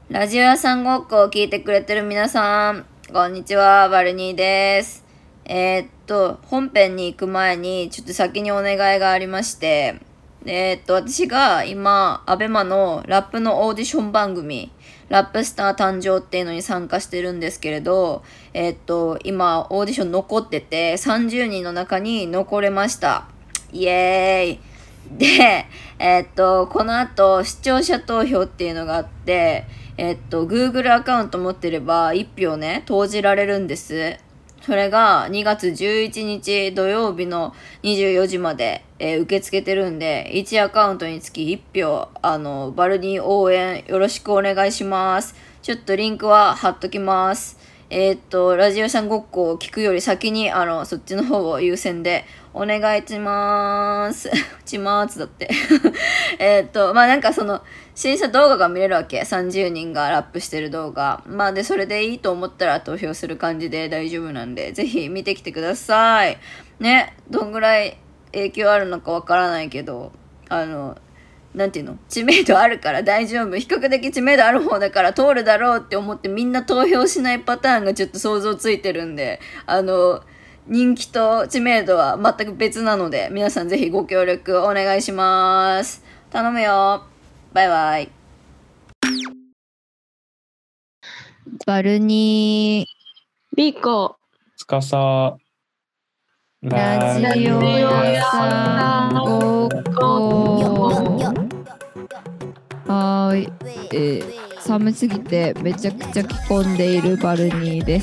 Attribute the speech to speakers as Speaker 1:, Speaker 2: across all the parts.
Speaker 1: ラジオ屋さんごっこを聞いてくれてる皆さん、こんにちは、バルニーです。本編に行く前に、ちょっと先にお願いがありまして、私が今、アベマのラップのオーディション番組、ラップスター誕生っていうのに参加してるんですけれど、今、オーディション残ってて、30人の中に残れました。イエーイ。で、この後、視聴者投票っていうのがあって、Google アカウント持ってれば1票ね、投じられるんです。それが2月11日土曜日の24時まで、受け付けてるんで、1アカウントにつき1票、バルニー応援よろしくお願いします。ちょっとリンクは貼っときます。ラジオさんごっこを聞くより先に、そっちの方を優先でお願いします。ちまーつだって。なんかその、審査動画が見れるわけ。30人がラップしてる動画。で、それでいいと思ったら投票する感じで大丈夫なんで、ぜひ見てきてください。ね、どんぐらい影響あるのかわからないけど、なんていうの、知名度あるから大丈夫。比較的知名度ある方だから通るだろうって思ってみんな投票しないパターンがちょっと想像ついてるんで、人気と知名度は全く別なので、皆さんぜひご協力お願いします。頼むよ。バイバイ。バルニ
Speaker 2: ー。リコ。
Speaker 3: つかさ。
Speaker 1: ラジオ屋さんごっこ。寒すぎてめちゃくちゃ着込んでいるバルニーです。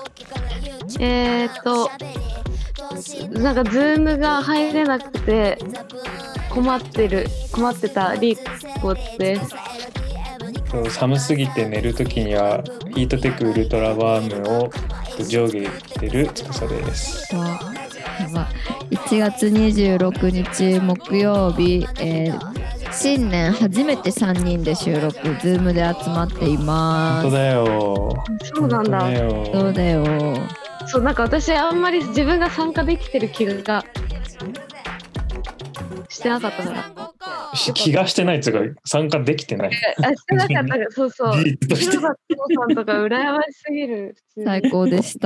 Speaker 2: なんかズームが入れなくて困ってたリコです。
Speaker 3: 寒すぎて寝るときにはヒートテックウルトラワームを上下着てるつかさです。
Speaker 1: 1月26日木曜日、新年初めて3人で収録、ズームで集まっています。
Speaker 3: 本当だよ。
Speaker 2: そうなんだ。
Speaker 1: そうだよ。
Speaker 2: そう、なんか私あんまり自分が参加できてる気がしてなかったから。
Speaker 3: 気がしてないっていうか参加できてない。
Speaker 2: してなかったから、そうそう。広田さんとか羨ましすぎる。
Speaker 1: 最高でした。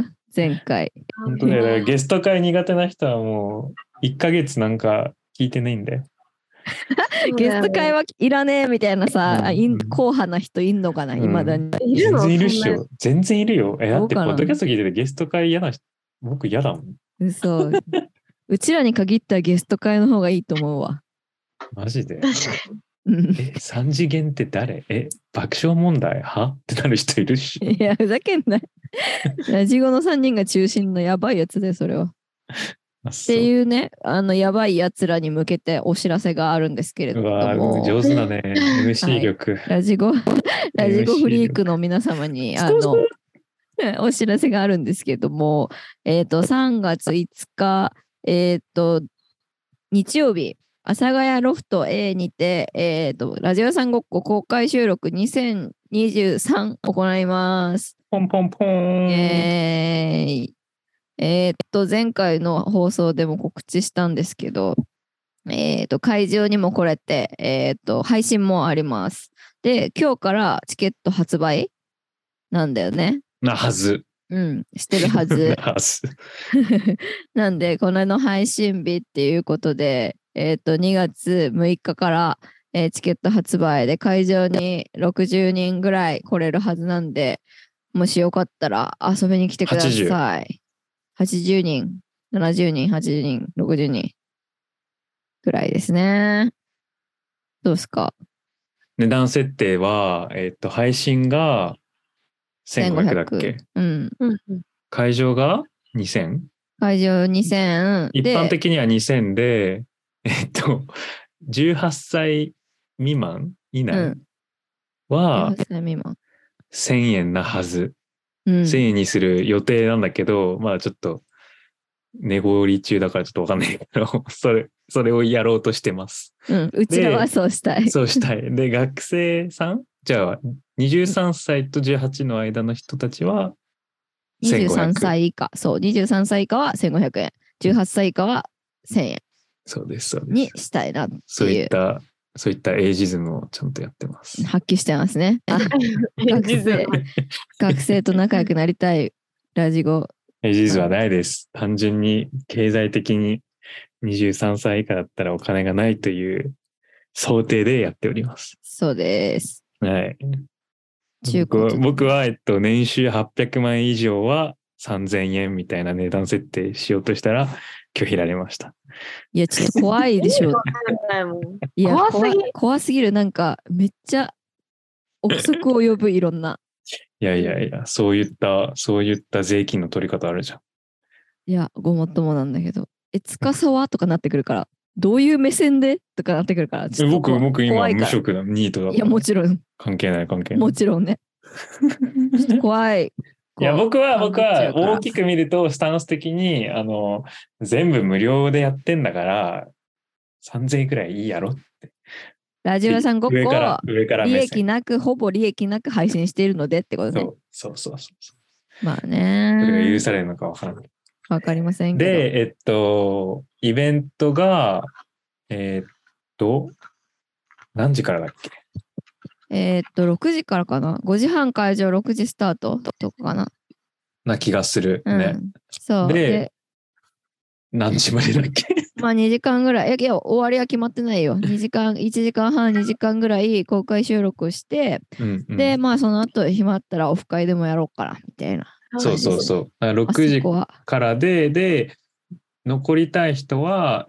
Speaker 1: 前回。
Speaker 3: 本当だよ。ゲスト会苦手な人はもう1ヶ月なんか聞いてないんだよ。
Speaker 1: ゲスト会はいらねえみたいなさ、硬派な人いんのかな、今だに。
Speaker 3: 全然いるっしょ。全然いるよ。だってポッドキャスト聞いててゲスト会嫌な人、僕嫌だもん。
Speaker 1: 嘘。うちらに限ったらゲスト会の方がいいと思うわ。
Speaker 3: マジで3次元って誰？爆笑問題はってなる人いるし。
Speaker 1: いや、ふざけんな。ラジゴの3人が中心のやばいやつで、それは。っていうね、やばいやつらに向けてお知らせがあるんですけれども。
Speaker 3: 上手だね。MC 力。
Speaker 1: はい、ラジゴフリークの皆様に、お知らせがあるんですけれども、3月5日、日曜日、阿佐ヶ谷ロフト A にて、ラジオさんごっこ公開収録2023行います。
Speaker 3: ポンポンポン。
Speaker 1: 前回の放送でも告知したんですけど、会場にも来れて、配信もあります。で、今日からチケット発売なんだよね。
Speaker 3: なはず。
Speaker 1: してるはず。
Speaker 3: なはず。
Speaker 1: なんで、この配信日っていうことで、2月6日から、チケット発売で会場に60人ぐらい来れるはずなんで、もしよかったら遊びに来てください。80人、70人、80人、60人くらいですね。どうですか？
Speaker 3: 値段設定は、配信が1500だっけ？会場が 2000？
Speaker 1: 会場2000。
Speaker 3: 一般的には2000で、18歳未満以内は1000円なはず。1000円にする予定なんだけど、まだちょっと値ごり中だからちょっとわかんないけど、それをやろうとしてます。
Speaker 1: うちらはそうしたい。
Speaker 3: そうしたい。で、学生さん？じゃあ、23歳と18の間の人たちは
Speaker 1: 23歳以下。そう、23歳以下は1500円。18歳以下は1000円。
Speaker 3: そうです、そうです。
Speaker 1: にしたいなっていう。
Speaker 3: そういったそういったエイジズムをちゃんとやってます。
Speaker 1: 発揮してますね。学生と仲良くなりたいラジゴ。
Speaker 3: エイジズムはないです。単純に経済的に23歳以下だったらお金がないという想定でやっております。
Speaker 1: そうです。
Speaker 3: はい。僕は、年収800万円以上は3000円みたいな値段設定しようとしたら拒否られました。
Speaker 1: いや、ちょっと怖いでしょ。いや、怖すぎる。なんか、めっちゃ憶測を呼ぶ、いろんな。
Speaker 3: いや、そういった税金の取り方あるじゃん。
Speaker 1: いや、ごもっともなんだけど。司はとかなってくるから。どういう目線でとかなってくるから。
Speaker 3: 僕今無職だ、ニートだから。
Speaker 1: いや、もちろん。
Speaker 3: 関係ない。
Speaker 1: もちろんね。ちょっと怖い。
Speaker 3: いや、僕は大きく見ると、スタンス的に、全部無料でやってんだから、3000円くらいいいやろって。
Speaker 1: ラジオ屋さん5個、
Speaker 3: 上から
Speaker 1: 利益なく、ほぼ利益なく配信しているのでってことね。
Speaker 3: そう。
Speaker 1: まあね。
Speaker 3: それが許されるのかわからない。
Speaker 1: わかりませんけど。
Speaker 3: で、イベントが、何時からだっけ
Speaker 1: 6時からかな。5時半会場、6時スタートとかかな。
Speaker 3: な気がするね。
Speaker 1: そう。
Speaker 3: で、何時までだっけ
Speaker 1: まあ2時間ぐらい。いや、終わりは決まってないよ。1時間半、2時間ぐらい公開収録をして、で、まあその後暇あったらオフ会でもやろうかな、みたいな。
Speaker 3: そう。6時からで、残りたい人は、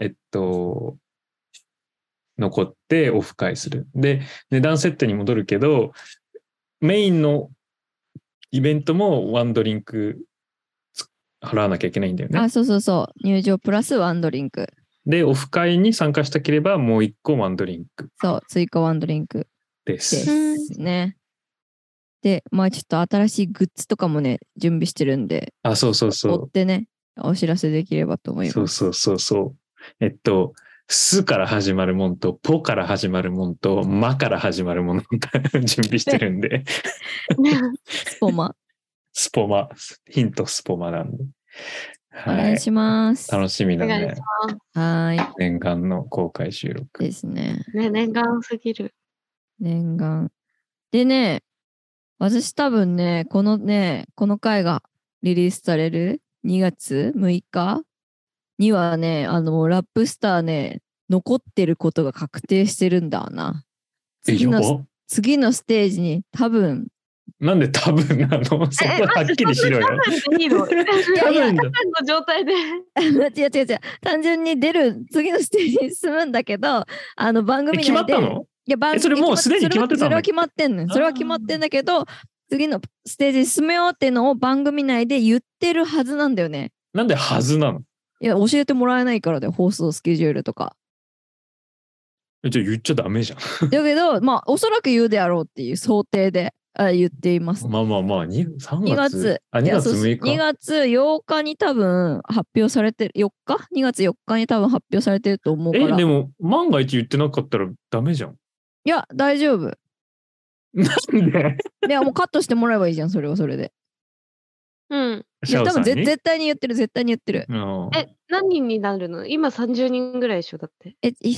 Speaker 3: 残ってオフ会する。で、値段設定に戻るけど、メインのイベントもワンドリンク払わなきゃいけないんだよね。
Speaker 1: そう。入場プラスワンドリンク。
Speaker 3: で、オフ会に参加したければもう1個ワンドリンク。
Speaker 1: そう、追加ワンドリンクですね。で、まあちょっと新しいグッズとかもね、準備してるんで。
Speaker 3: そう。
Speaker 1: 追ってね、お知らせできればと思います。
Speaker 3: そう。すから始まるもんと、ぽから始まるもんと、まから始まるもの準備してるんで。
Speaker 1: スポマ。
Speaker 3: ヒントスポマなんで。
Speaker 1: お願いします。
Speaker 3: 楽しみだね。
Speaker 1: はい。
Speaker 3: 念願の公開収録。
Speaker 1: ですね。
Speaker 2: 念願すぎる。
Speaker 1: 念願。でね、私多分ね、この回がリリースされる2月6日にはね、ラップスターね、残ってることが確定してるんだな。次のステージに多分。
Speaker 3: なんで多分なの？そこはっきりしろよ。
Speaker 2: 多分の状態で。
Speaker 1: 違う。単純に次のステージに進むんだけど、番組内で。
Speaker 3: 決まったの？いや、それもうすでに決まってたの？
Speaker 1: それは決まってんの。それは決まってんだけど、次のステージに進めようっていうのを番組内で言ってるはずなんだよね。
Speaker 3: なんではずなの？
Speaker 1: いや、教えてもらえないからで、放送スケジュールとか。
Speaker 3: じゃあ言っちゃダメじゃん。
Speaker 1: だけど、まあ、おそらく言うであろうっていう想定で言っています。
Speaker 3: まあ、2月6日。
Speaker 1: 2月8日に多分発表されてる、2月4日に多分発表されてると思うから。
Speaker 3: でも、万が一言ってなかったらダメじゃん。
Speaker 1: いや、大丈夫。
Speaker 3: なんで？
Speaker 1: いや、もうカットしてもらえばいいじゃん、それはそれで。
Speaker 2: うん。
Speaker 1: いや、多分絶対に言ってる。
Speaker 2: 何人になるの？今30人ぐらいでしょ、だって。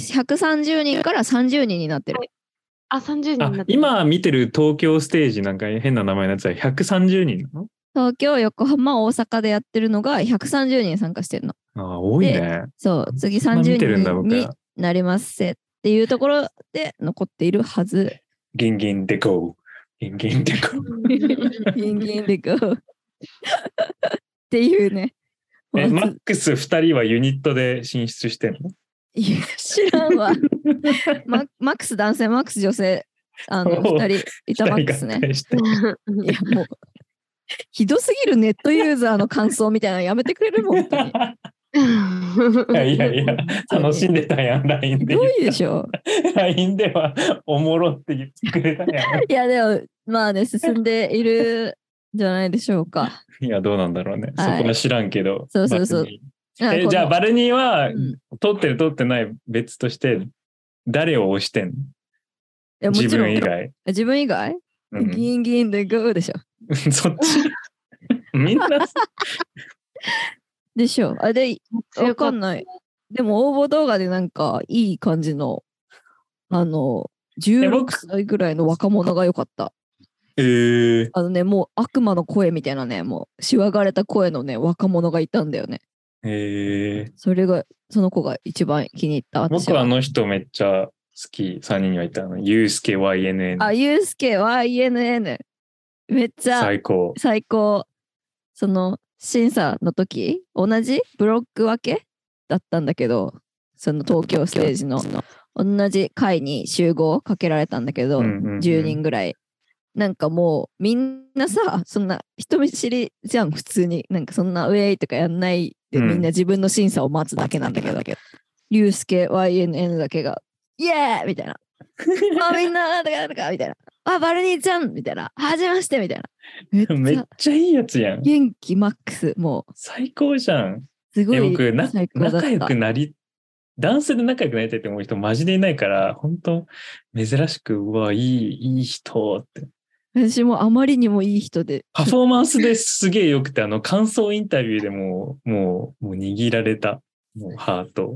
Speaker 1: 130人から30人になってる。
Speaker 2: 30人になってる。
Speaker 3: 今見てる東京ステージなんか変な名前のやつは130人なの？
Speaker 1: 東京、横浜、大阪でやってるのが130人参加してるの。
Speaker 3: 多いね。
Speaker 1: そう、次30人になりますっていうところで残っているはず。
Speaker 3: ギンギンデコ。ギンギンデコ。
Speaker 1: ギンギンデコ。っていうね。
Speaker 3: マックス2人はユニットで進出してんの？
Speaker 1: いや、知らんわ。マックス男性、マックス女性、2人いたマックスね。いや、もう、ひどすぎるネットユーザーの感想みたいなのやめてくれるもん、本当に。
Speaker 3: いや、楽しんでたやん、LINE で。
Speaker 1: どういうでしょ
Speaker 3: う？ LINE ではおもろって言ってくれたやん。
Speaker 1: いや、でも、まあね、進んでいるんじゃないでしょうか。
Speaker 3: いや、どうなんだろうね。そこは知らんけど。
Speaker 1: そう。
Speaker 3: じゃあ、バルニーは、撮ってる撮ってない別として、誰を推してんの？自分以外。
Speaker 1: 自分以外？ギンギンでゴーでしょ。
Speaker 3: そっち。みんな。
Speaker 1: でしょ。で、わかんない。でも応募動画でなんかいい感じの
Speaker 2: 16歳ぐらいの若者が良かった。もう悪魔の声みたいなね、もうしわがれた声のね、若者がいたんだよね。その子が一番気に入った。
Speaker 3: 僕はあの人めっちゃ好き。3人にはいたユースケ YNN。
Speaker 2: ユースケ YNN。めっちゃ最高。その審査の時、同じブロック分けだったんだけど、その東京ステージの同じ会に集合かけられたんだけど、10人ぐらい。なんかもうみんなさ、そんな人見知りじゃん、普通に。なんかそんなウェイとかやんないで、みんな自分の審査を待つだけなんだけど、リュウスケ YNN だけが、イエーイみたいな。みんな、みたいな。バルニーちゃんみたいな。はじめましてみたいな。
Speaker 3: めっちゃいいやつやん。
Speaker 2: 元気マックス、もう。
Speaker 3: 最高じゃん。
Speaker 2: すごい
Speaker 3: 僕仲良くなり、男性で仲良くなりたいって思う人マジでいないから、本当珍しく、うわ、いい人って。
Speaker 2: 私もあまりにもいい人で。
Speaker 3: パフォーマンスですげえ良くて、感想インタビューでもう握られた。もうハート。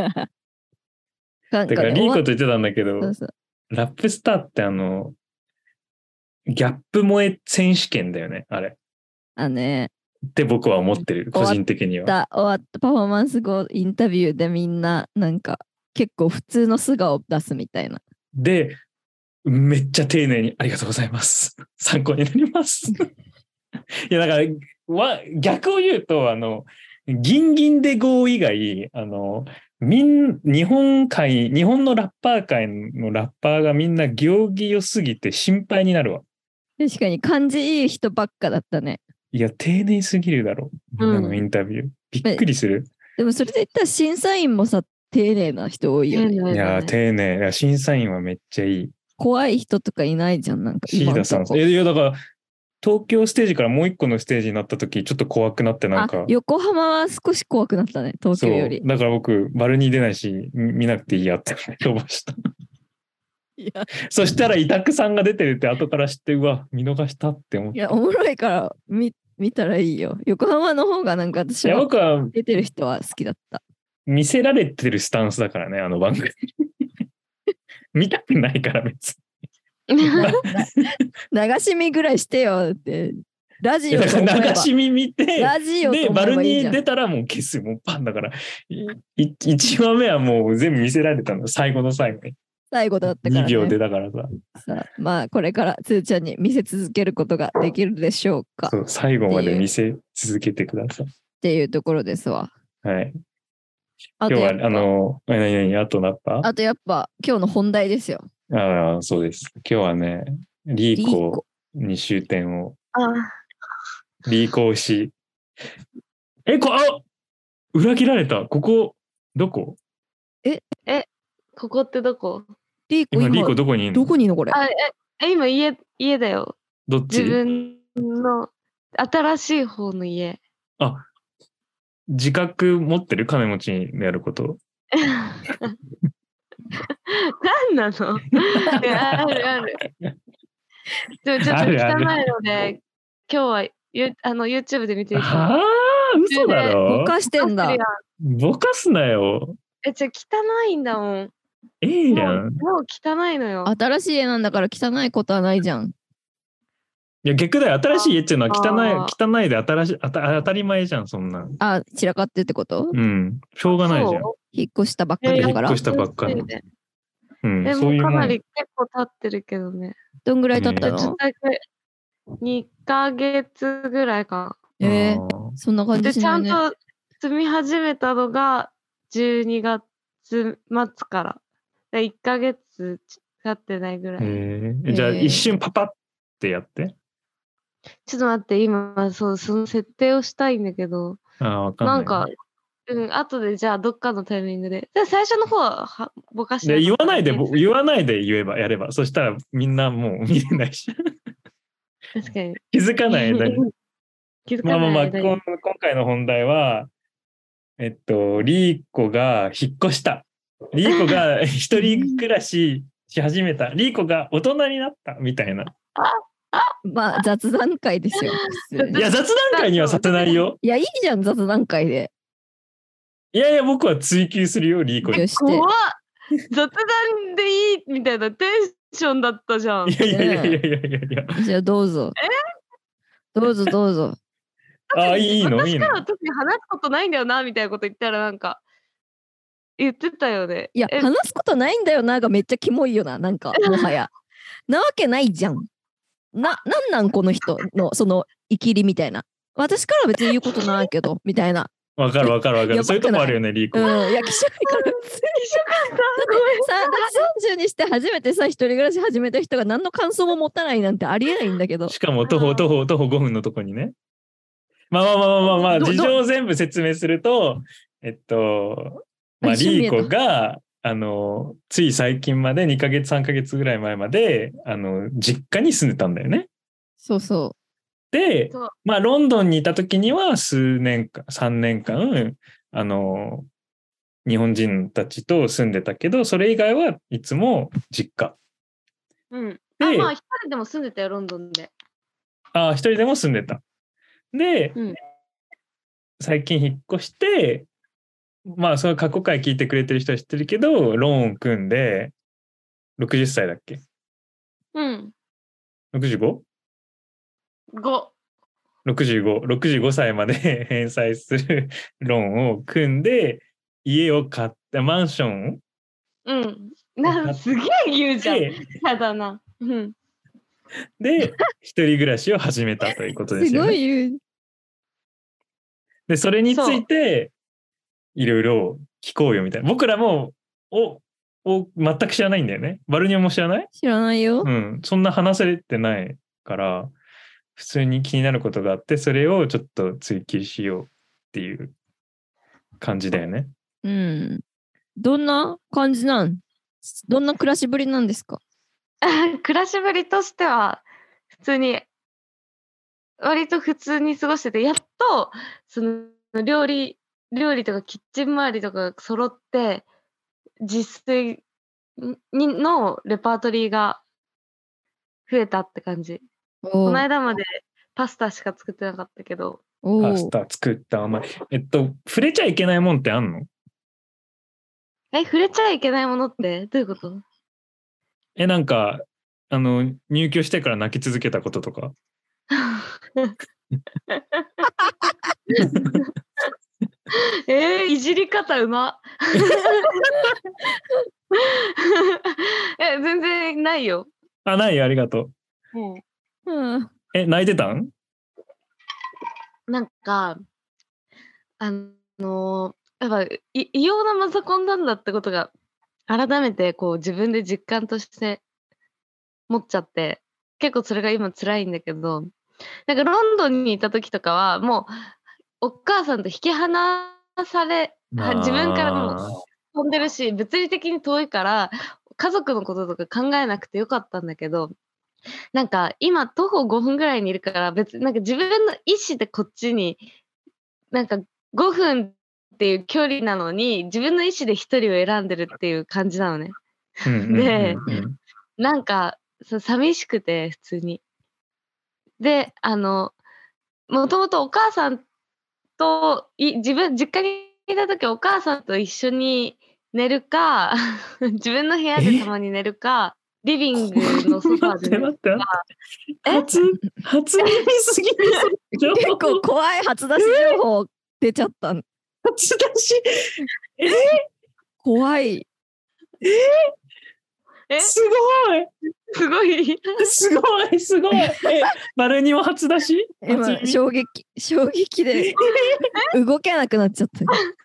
Speaker 3: だからリーコと言ってたんだけど、ラップスターってギャップ萌え選手権だよね、あれ。って僕は思ってる、個人的には。
Speaker 2: 終わったパフォーマンス後、インタビューでみんな、なんか、結構普通の素顔を出すみたいな。
Speaker 3: で、めっちゃ丁寧にありがとうございます。参考になります。いや、だから、逆を言うと、ギンギンでゴー以外、日本のラッパー界のラッパーがみんな行儀良すぎて心配になるわ。
Speaker 2: 確かに感じいい人ばっかだったね。
Speaker 3: いや、丁寧すぎるだろ。みんなのインタビュー。びっくりする。
Speaker 2: でもそれで言ったら審査員もさ、丁寧な人多いよね。
Speaker 3: いや、丁寧。いや、審査員はめっちゃいい。
Speaker 2: 怖い人とかいないじゃん、なんか
Speaker 3: シーダさん。いや、だから、東京ステージからもう一個のステージになった時ちょっと怖くなってなんか。
Speaker 2: 横浜は少し怖くなったね、東京より。
Speaker 3: だから僕、バルニー出ないし、見なくていいやって飛ばした。いやそしたら委託さんが出てるって後から知って、うわ、見逃したって思って。
Speaker 2: いや、おもろいから見たらいいよ。横浜の方がなんか私は出てる人は好きだった。
Speaker 3: 見せられてるスタンスだからね、あの番組。見たくないから別に。
Speaker 2: 流し見ぐらいしてよって。ラジオ
Speaker 3: 流し見見て、
Speaker 2: ラジオ
Speaker 3: で、バルニー出たらもう消す。もうパンだから。1話目はもう全部見せられたの。最後の最後に。
Speaker 2: 最後だったから、ね。
Speaker 3: 2秒でだから
Speaker 2: さ。まあ、これからつーちゃんに見せ続けることができるでしょうか。
Speaker 3: そう、最後まで見せ続けてください。
Speaker 2: っていうところですわ。
Speaker 3: はい。今日は、あとなった
Speaker 2: あとやっぱ、今日の本題ですよ。
Speaker 3: ああ、そうです。今日はね、リーコに終点を。リーコ推し。裏切られた。ここ、どこ？
Speaker 4: ここってどこ？
Speaker 3: リーコどこにいるの？
Speaker 2: どこにいるのこれ？
Speaker 4: 今家だよ。
Speaker 3: どっち？
Speaker 4: 自分の新しい方の家。
Speaker 3: 自覚持ってる？金持ちにやること。
Speaker 4: 何なの？ある。ちょっと汚いので、今日はYouTube で見ていた。
Speaker 3: 嘘だろ？
Speaker 2: ぼかしてんだ。
Speaker 3: ぼかすなよ。
Speaker 4: 汚いんだもん。
Speaker 3: やん。
Speaker 4: もう汚いのよ。
Speaker 2: 新しい家なんだから汚いことはないじゃん。
Speaker 3: いや逆だよ。新しい家っていうのは汚いで当たり前じゃん、そんな。
Speaker 2: 散らかってってこと？
Speaker 3: うん。しょうがないじゃん。
Speaker 2: 引っ越したばっかりだから。
Speaker 3: 引っ越したばっかり。
Speaker 4: うん、そういうかなり結構経ってるけどね。
Speaker 2: どんぐらい経ったの
Speaker 4: ？2ヶ月ぐらいか。
Speaker 2: そんな感じしないね。
Speaker 4: で、ちゃんと住み始めたのが12月末から。1ヶ月経ってないぐらい。
Speaker 3: じゃあ一瞬パパってやって。
Speaker 4: ちょっと待って、今、その設定をしたいんだけど。
Speaker 3: わかんない。
Speaker 4: なんか、後でじゃあどっかのタイミングで。最初の方はぼかして
Speaker 3: 言わないでやれば。そしたらみんなもう見れないし。
Speaker 4: 確かに。
Speaker 3: 気づかない間に。
Speaker 4: まあ
Speaker 3: 今回の本題は、リーコが引っ越した。リーコが一人暮らし始めた。リーコが大人になったみたいな。
Speaker 2: まあ雑談会ですよ。
Speaker 3: いや雑談会にはさせないよ。
Speaker 2: いやいいじゃん雑談会で。
Speaker 3: いや僕は追求するよリーコに。
Speaker 4: 怖っ。 雑談でいいみたいなテンションだったじゃん。
Speaker 3: いや。
Speaker 2: じゃあどうぞ。どうぞ。
Speaker 3: いいの
Speaker 4: 私からは特に話すことないんだよなみたいなこと言ったらなんか言ってたよね。
Speaker 2: いや、話すことないんだよながめっちゃキモいよな、なんかもはや。なわけないじゃん。なんこの人のそのイキリみたいな。私からは別に言うことないけどみたいな。
Speaker 3: わかる。そういうとこあるよね、リーコ。
Speaker 2: いや、気色いから。だって30にして初めてさ、一人暮らし始めた人が何の感想も持たないなんてありえないんだけど。
Speaker 3: しかも徒歩5分のとこにね。まあ、事情を全部説明すると、リーコが、つい最近まで2ヶ月3ヶ月ぐらい前まで実家に住んでたんだよね。
Speaker 2: そう
Speaker 3: で、ロンドンにいた時には3年間日本人たちと住んでたけど、それ以外はいつも実家。
Speaker 4: 一人でも住んでたよ、ロンドンで。
Speaker 3: 一人でも住んでた。で、最近引っ越して、その過去回聞いてくれてる人は知ってるけど、ローン組んで、60歳だっけ？ 65？ 65歳まで返済するローンを組んで、家を買った、マンション
Speaker 4: すげえ言うじゃん。やだな。
Speaker 3: で、一人暮らしを始めたということですよね。
Speaker 2: すごい言う。
Speaker 3: で、それについて、いろいろ聞こうよみたいな。僕らも、全く知らないんだよね。バルニョも知らない？
Speaker 2: 知らないよ。
Speaker 3: そんな話されてないから、普通に気になることがあって、それをちょっと追求しようっていう感じだよね。
Speaker 2: どんな感じどんな暮らしぶりなんですか？
Speaker 4: 暮らしぶりとしては、割と普通に過ごしてて、やっと、その料理とかキッチン周りとか揃って、自炊のレパートリーが増えたって感じ。この間までパスタしか作ってなかったけど。
Speaker 3: パスタ作った。触れちゃいけないもんってあんの？
Speaker 4: 触れちゃいけないものってどういうこと？
Speaker 3: なんか、入居してから泣き続けたこととか。
Speaker 4: いじり方うま。全然ないよ。
Speaker 3: ないよ、ありがとう。泣いてたん？
Speaker 4: なんか、やっぱ異様なマザコンなんだってことが改めてこう自分で実感として持っちゃって、結構それが今辛いんだけど、なんかロンドンにいた時とかはもうお母さんと引き離され、自分からもう飛んでるし、物理的に遠いから家族のこととか考えなくてよかったんだけど、なんか今徒歩5分ぐらいにいるから、なんか自分の意思でこっちになんか5分っていう距離なのに自分の意思で一人を選んでるっていう感じなのね。で、なんか寂しくて普通に。で、もともとお母さんと実家にいた時お母さんと一緒に寝るか自分の部屋でたまに寝るか、リビングのソファーで寝るか。
Speaker 3: 初耳すぎる。
Speaker 2: 結構怖い初出し情報出ちゃった。初
Speaker 3: 出し
Speaker 2: 怖い。
Speaker 3: すごいバルニも初出し？
Speaker 2: 今衝撃で動けなくなっちゃった。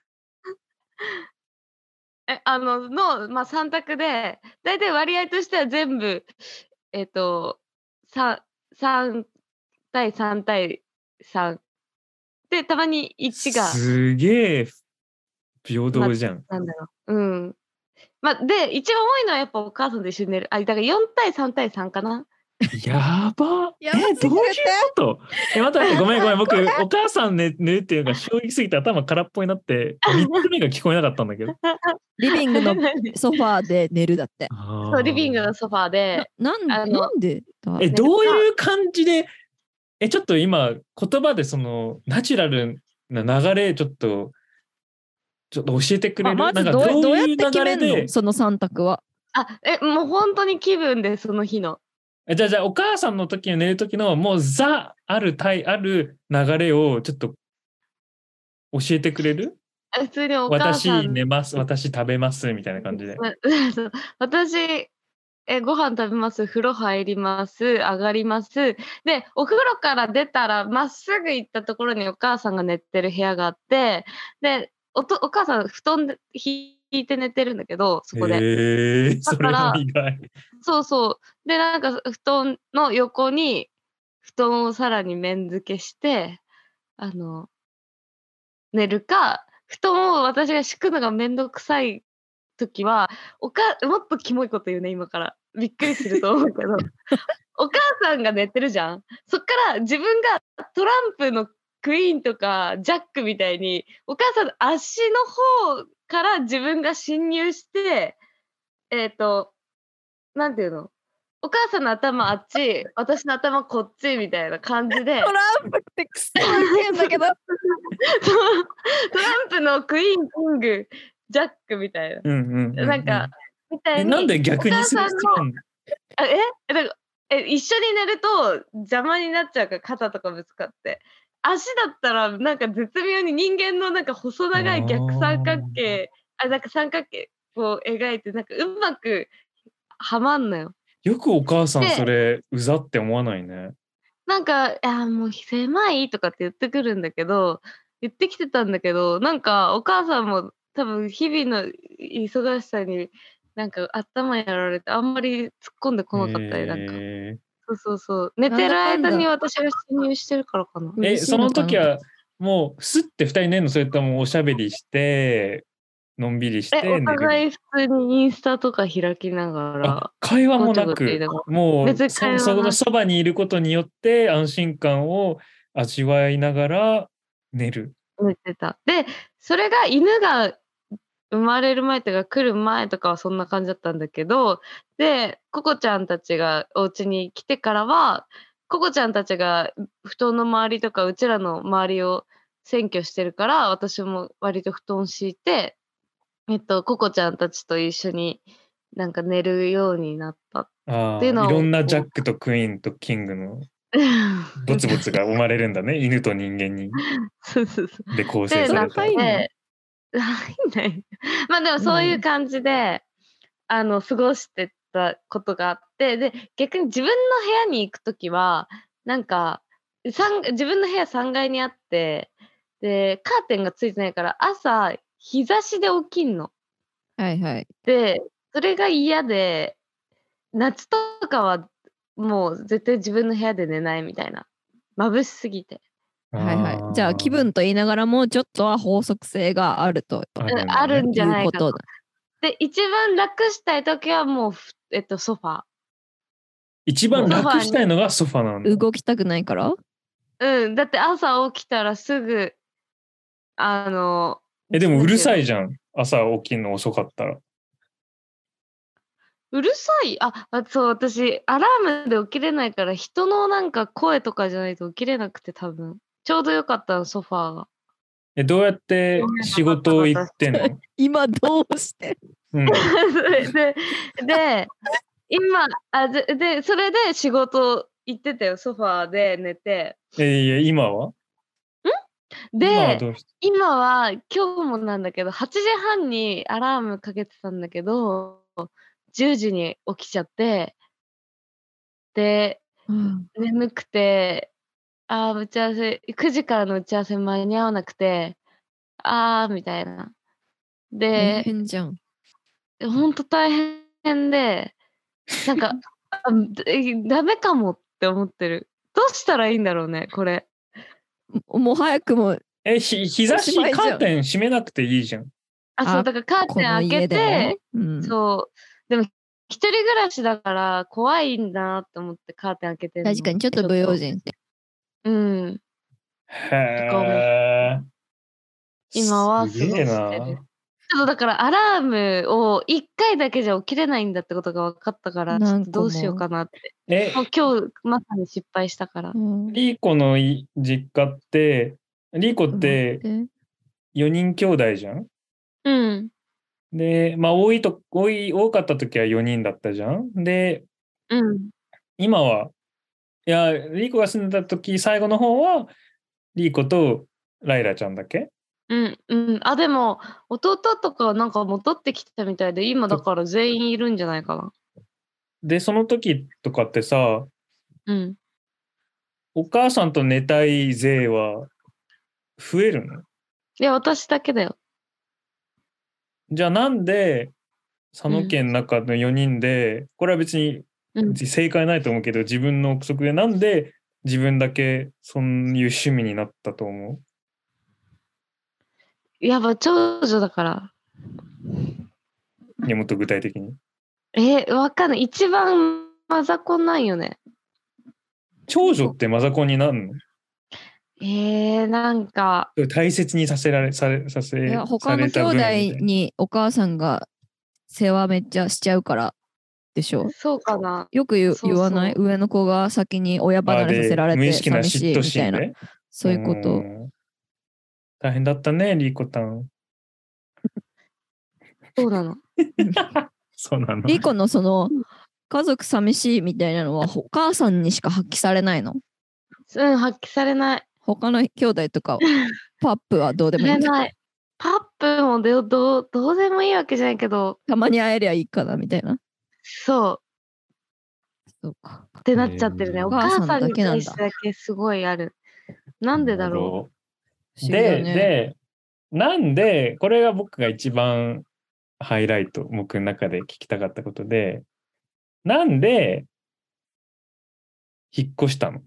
Speaker 4: 3択で、だいたい割合としては全部、3対3対3。で、たまに1が。
Speaker 3: すげえ、平等じゃん。
Speaker 4: なんだろう。で、一番多いのはやっぱお母さんと一緒に寝る。だから4対3対3かな。
Speaker 3: やば。どういうこと？待って、ごめん。僕、お母さん寝るっていうのが衝撃すぎて頭空っぽになって、3つ目が聞こえなかったんだけど。
Speaker 2: リビングのソファーで寝るだって。
Speaker 4: そう、リビングのソファーで。
Speaker 2: なんで
Speaker 3: どういう感じで、ちょっと今、言葉でその、ナチュラルな流れ、ちょっとちょっと教えてくれる？
Speaker 2: まずどうやって決めるの？その3択は。
Speaker 4: もう本当に気分で、その日の。
Speaker 3: じゃあお母さんの時の寝る時のもうある流れをちょっと教えてくれる？
Speaker 4: 普通にお母さん。
Speaker 3: 私寝ます、私食べますみたいな感じで。
Speaker 4: 私、ご飯食べます、風呂入ります、上がります。で、お風呂から出たら、まっすぐ行ったところにお母さんが寝てる部屋があって、で、お母さん布団で引いて寝てるんだけど、そこで。
Speaker 3: だから、それも意外。
Speaker 4: そうそう。で、なんか布団の横に、布団をさらに面付けして、寝るか、布団を私が敷くのがめんどくさい時は、もっとキモいこと言うね、今から。びっくりすると思うけど、お母さんが寝てるじゃん。そっから自分がトランプのクイーンとかジャックみたいに、お母さんの足の方から自分が侵入して、なんていうの？お母さんの頭あっち、私の頭こっちみたいな感じで。
Speaker 2: トランプってクソ変だけど。トラ
Speaker 4: ンプのクイーン、キング、ジャックみたいな。なんか、みたいに。
Speaker 3: なんで逆にする必要な
Speaker 4: の？一緒に寝ると邪魔になっちゃうから、肩とかぶつかって。足だったら、なんか絶妙に人間のなんか細長い逆三角形、なんか三角形を描いて、なんかうまくはまんのよ。
Speaker 3: よくお母さんそれうざって思わないね。
Speaker 4: なんか、もう狭いとかって言ってくるんだけど、言ってきてたんだけど、なんかお母さんも多分日々の忙しさになんか頭やられてあんまり突っ込んでこなかったり、なんか。そう。寝てる間に私が侵入してるからかな。
Speaker 3: その時はもうスッて2人寝るの？それともおしゃべりしてのんびりして寝る？
Speaker 4: お互い普通にインスタとか開きながら。
Speaker 3: 会話もなく、もうそのそばにいることによって安心感を味わいながら寝る。
Speaker 4: 寝てた。で、それが犬が生まれる前とか来る前とかはそんな感じだったんだけど、で、ココちゃんたちがお家に来てからは、ココちゃんたちが布団の周りとかうちらの周りを占拠してるから、私も割と布団敷いて、ココちゃんたちと一緒になんか寝るようになったっていうのは。
Speaker 3: いろんなジャックとクイーンとキングのボツボツが生まれるんだね。犬と人間に。
Speaker 4: そう。
Speaker 3: で構成された。
Speaker 4: まあでもそういう感じで、過ごしてたことがあって、で、逆に自分の部屋に行くときは、なんか、自分の部屋3階にあって、で、カーテンがついてないから、朝、日差しで起きんの。
Speaker 2: はいはい。
Speaker 4: で、それが嫌で、夏とかはもう絶対自分の部屋で寝ないみたいな。眩しすぎて。
Speaker 2: はいはい。じゃあ気分と言いながらもちょっとは法則性があると。
Speaker 4: あるんじゃないかと。で、一番楽したいときはもう、ソファー。
Speaker 3: 一番楽したいのがソファーなんだ。
Speaker 2: 動きたくないから？
Speaker 4: だって朝起きたらすぐ、
Speaker 3: でもうるさいじゃん。朝起きるの遅かったら。
Speaker 4: うるさい？そう、私、アラームで起きれないから、人のなんか声とかじゃないと起きれなくて多分。ちょうどよかったの、ソファーが。
Speaker 3: どうやって仕事行ってんの？
Speaker 2: 今どうして？
Speaker 4: で、今、それで仕事行ってたよ、ソファーで寝て。
Speaker 3: 今は？
Speaker 4: で、今は今日もなんだけど、8時半にアラームかけてたんだけど、10時に起きちゃって、で、眠くて、打ち合わせ、9時からの打ち合わせ間に合わなくて、みたいな。で、
Speaker 2: 大変じゃん。
Speaker 4: ほんと大変で、なんか、ダメかもって思ってる。どうしたらいいんだろうね、これ。
Speaker 2: もう早くも。
Speaker 3: 日差しカーテン閉めなくていいじゃん。
Speaker 4: そう、だからカーテン開けて、そう。でも、一人暮らしだから怖いんだなって思ってカーテン開けてるの。
Speaker 2: 確かにちょっと不用心。
Speaker 4: 今はすごいしてる。ちょっとだからアラームを1回だけじゃ起きれないんだってことが分かったから、ちょっとどうしようかなって。もう今日まさに失敗したから。
Speaker 3: リーコの実家って、リーコって4人兄弟じゃん？
Speaker 4: うん。
Speaker 3: で、まあ多かった時は4人だったじゃん。で、
Speaker 4: うん。
Speaker 3: 今は、いや、リーコが住んでた時、最後の方は、リーコとライラちゃんだっけ？
Speaker 4: うんうん。あ、でも、弟とかなんか戻ってきたみたいで、今だから全員いるんじゃないかな。
Speaker 3: で、その時とかってさ、
Speaker 4: うん。
Speaker 3: お母さんと寝たい税は増えるの？
Speaker 4: いや、私だけだよ。
Speaker 3: じゃあなんで、佐野
Speaker 4: うん。
Speaker 3: 家の中の4人で、これは別に
Speaker 4: うん。
Speaker 3: 正解ないと思うけど、自分の憶測でなんで自分だけそういう趣味になったと思
Speaker 4: やっぱ長女だから。
Speaker 3: う？いや、もっと具体的に。
Speaker 4: わかんない。一番マザコンなんよね。
Speaker 3: 長女ってマザコンになるの？
Speaker 4: なんか。
Speaker 3: 大切にさせられ、され、させ、
Speaker 2: いや、他
Speaker 3: された
Speaker 2: の兄弟
Speaker 3: 分みたいな。
Speaker 2: にお母さんが世話めっちゃしちゃうからでしょ？
Speaker 4: そうかな。
Speaker 2: よく言わない？上の子が先に親離れさせられて
Speaker 3: 無意識な
Speaker 2: 寂しい
Speaker 3: 嫉妬
Speaker 2: みたいな。
Speaker 3: 心で。
Speaker 2: そういうこと。
Speaker 3: 大変だったね、リーコタン。
Speaker 4: そうなの。
Speaker 3: そうなの。
Speaker 2: リーコのその家族寂しいみたいなのはお母さんにしか発揮されないの？
Speaker 4: うん、発揮されない。
Speaker 2: 他の兄弟とかパップはどうでもいいんだ。
Speaker 4: ない。パップもどうでもいいわけじゃないけど。
Speaker 2: たまに会えりゃいいかなみたいな。
Speaker 4: そう
Speaker 2: か。
Speaker 4: ってなっちゃってるね。お母さんに対してだけすごいある。なんでだろ
Speaker 2: う。で、
Speaker 3: なんで、これが僕が一番ハイライト、僕の中で聞きたかったことで、なんで引っ越したの？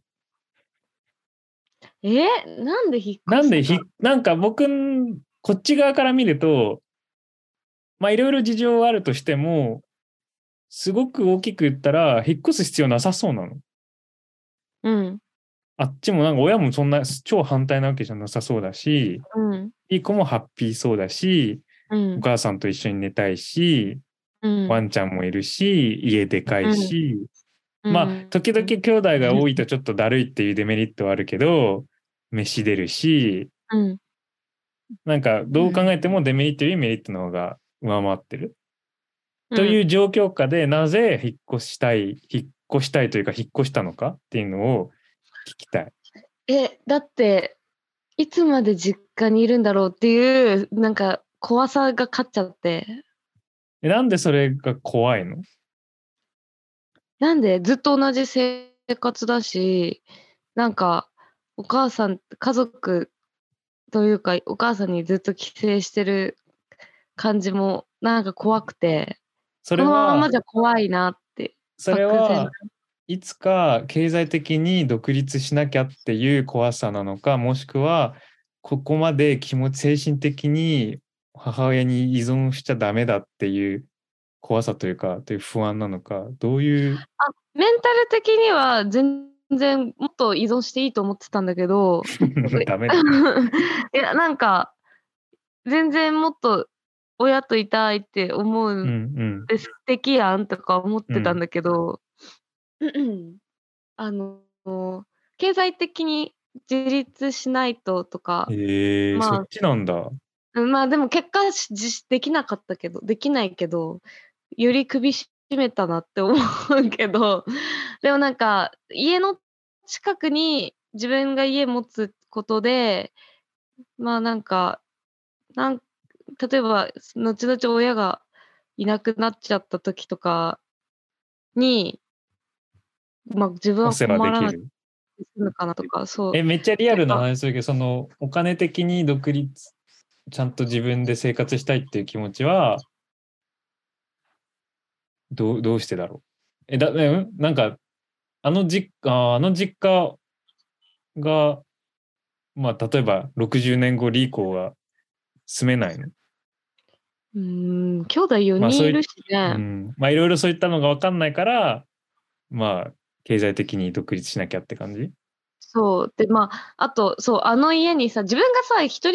Speaker 4: なんで引っ越したの？
Speaker 3: なんか僕、こっち側から見ると、まあいろいろ事情はあるとしても、すごく大きく言ったら、引っ越す必要なさそうなの。
Speaker 4: うん。
Speaker 3: あっちもなんか親もそんな超反対なわけじゃなさそうだし、いい子もハッピーそうだし、お母さんと一緒に寝たいし、ワンちゃんもいるし、家でかいし、まあ時々兄弟が多いとちょっとだるいっていうデメリットはあるけど、飯出るし、なんかどう考えてもデメリットよりメリットの方が上回ってる。という状況下でなぜ引っ越したいというか引っ越したのかっていうのを聞きたい。
Speaker 4: だっていつまで実家にいるんだろうっていうなんか怖さが勝っちゃって。
Speaker 3: なんでそれが怖いの？
Speaker 4: なんでずっと同じ生活だし、なんかお母さん家族というかお母さんにずっと寄生してる感じもなんか怖くて、このままじゃ怖いなって。
Speaker 3: それはいつか経済的に独立しなきゃっていう怖さなのか、もしくはここまで精神的に母親に依存しちゃダメだっていう怖さというか、という不安なのか、どういう。
Speaker 4: メンタル的には全然もっと依存していいと思ってたんだけど
Speaker 3: ダメだ
Speaker 4: いやなんか全然もっと親といたいって思うんで素敵やんとか思ってたんだけど、経済的に自立しないととか、
Speaker 3: そっちなんだ。
Speaker 4: まあでも結果できないけど、より首絞めたなって思うけど、でもなんか家の近くに自分が家持つことで、まあなんか、例えば後々親がいなくなっちゃった時とかに、まあ自分は困らなくて済むかなとか、そう。
Speaker 3: めっちゃリアルな話するけど、そのお金的に独立、ちゃんと自分で生活したいっていう気持ちは、どうしてだろう。なんか、あの実家が、まあ、例えば60年後リーコは住めないの？
Speaker 4: 兄弟4人いるしね。
Speaker 3: まあ、いろいろそういったのが分かんないから、まあ、経済的に独立しなきゃって感じ？
Speaker 4: そう。で、まあ、あと、そう、あの家にさ、自分がさ、一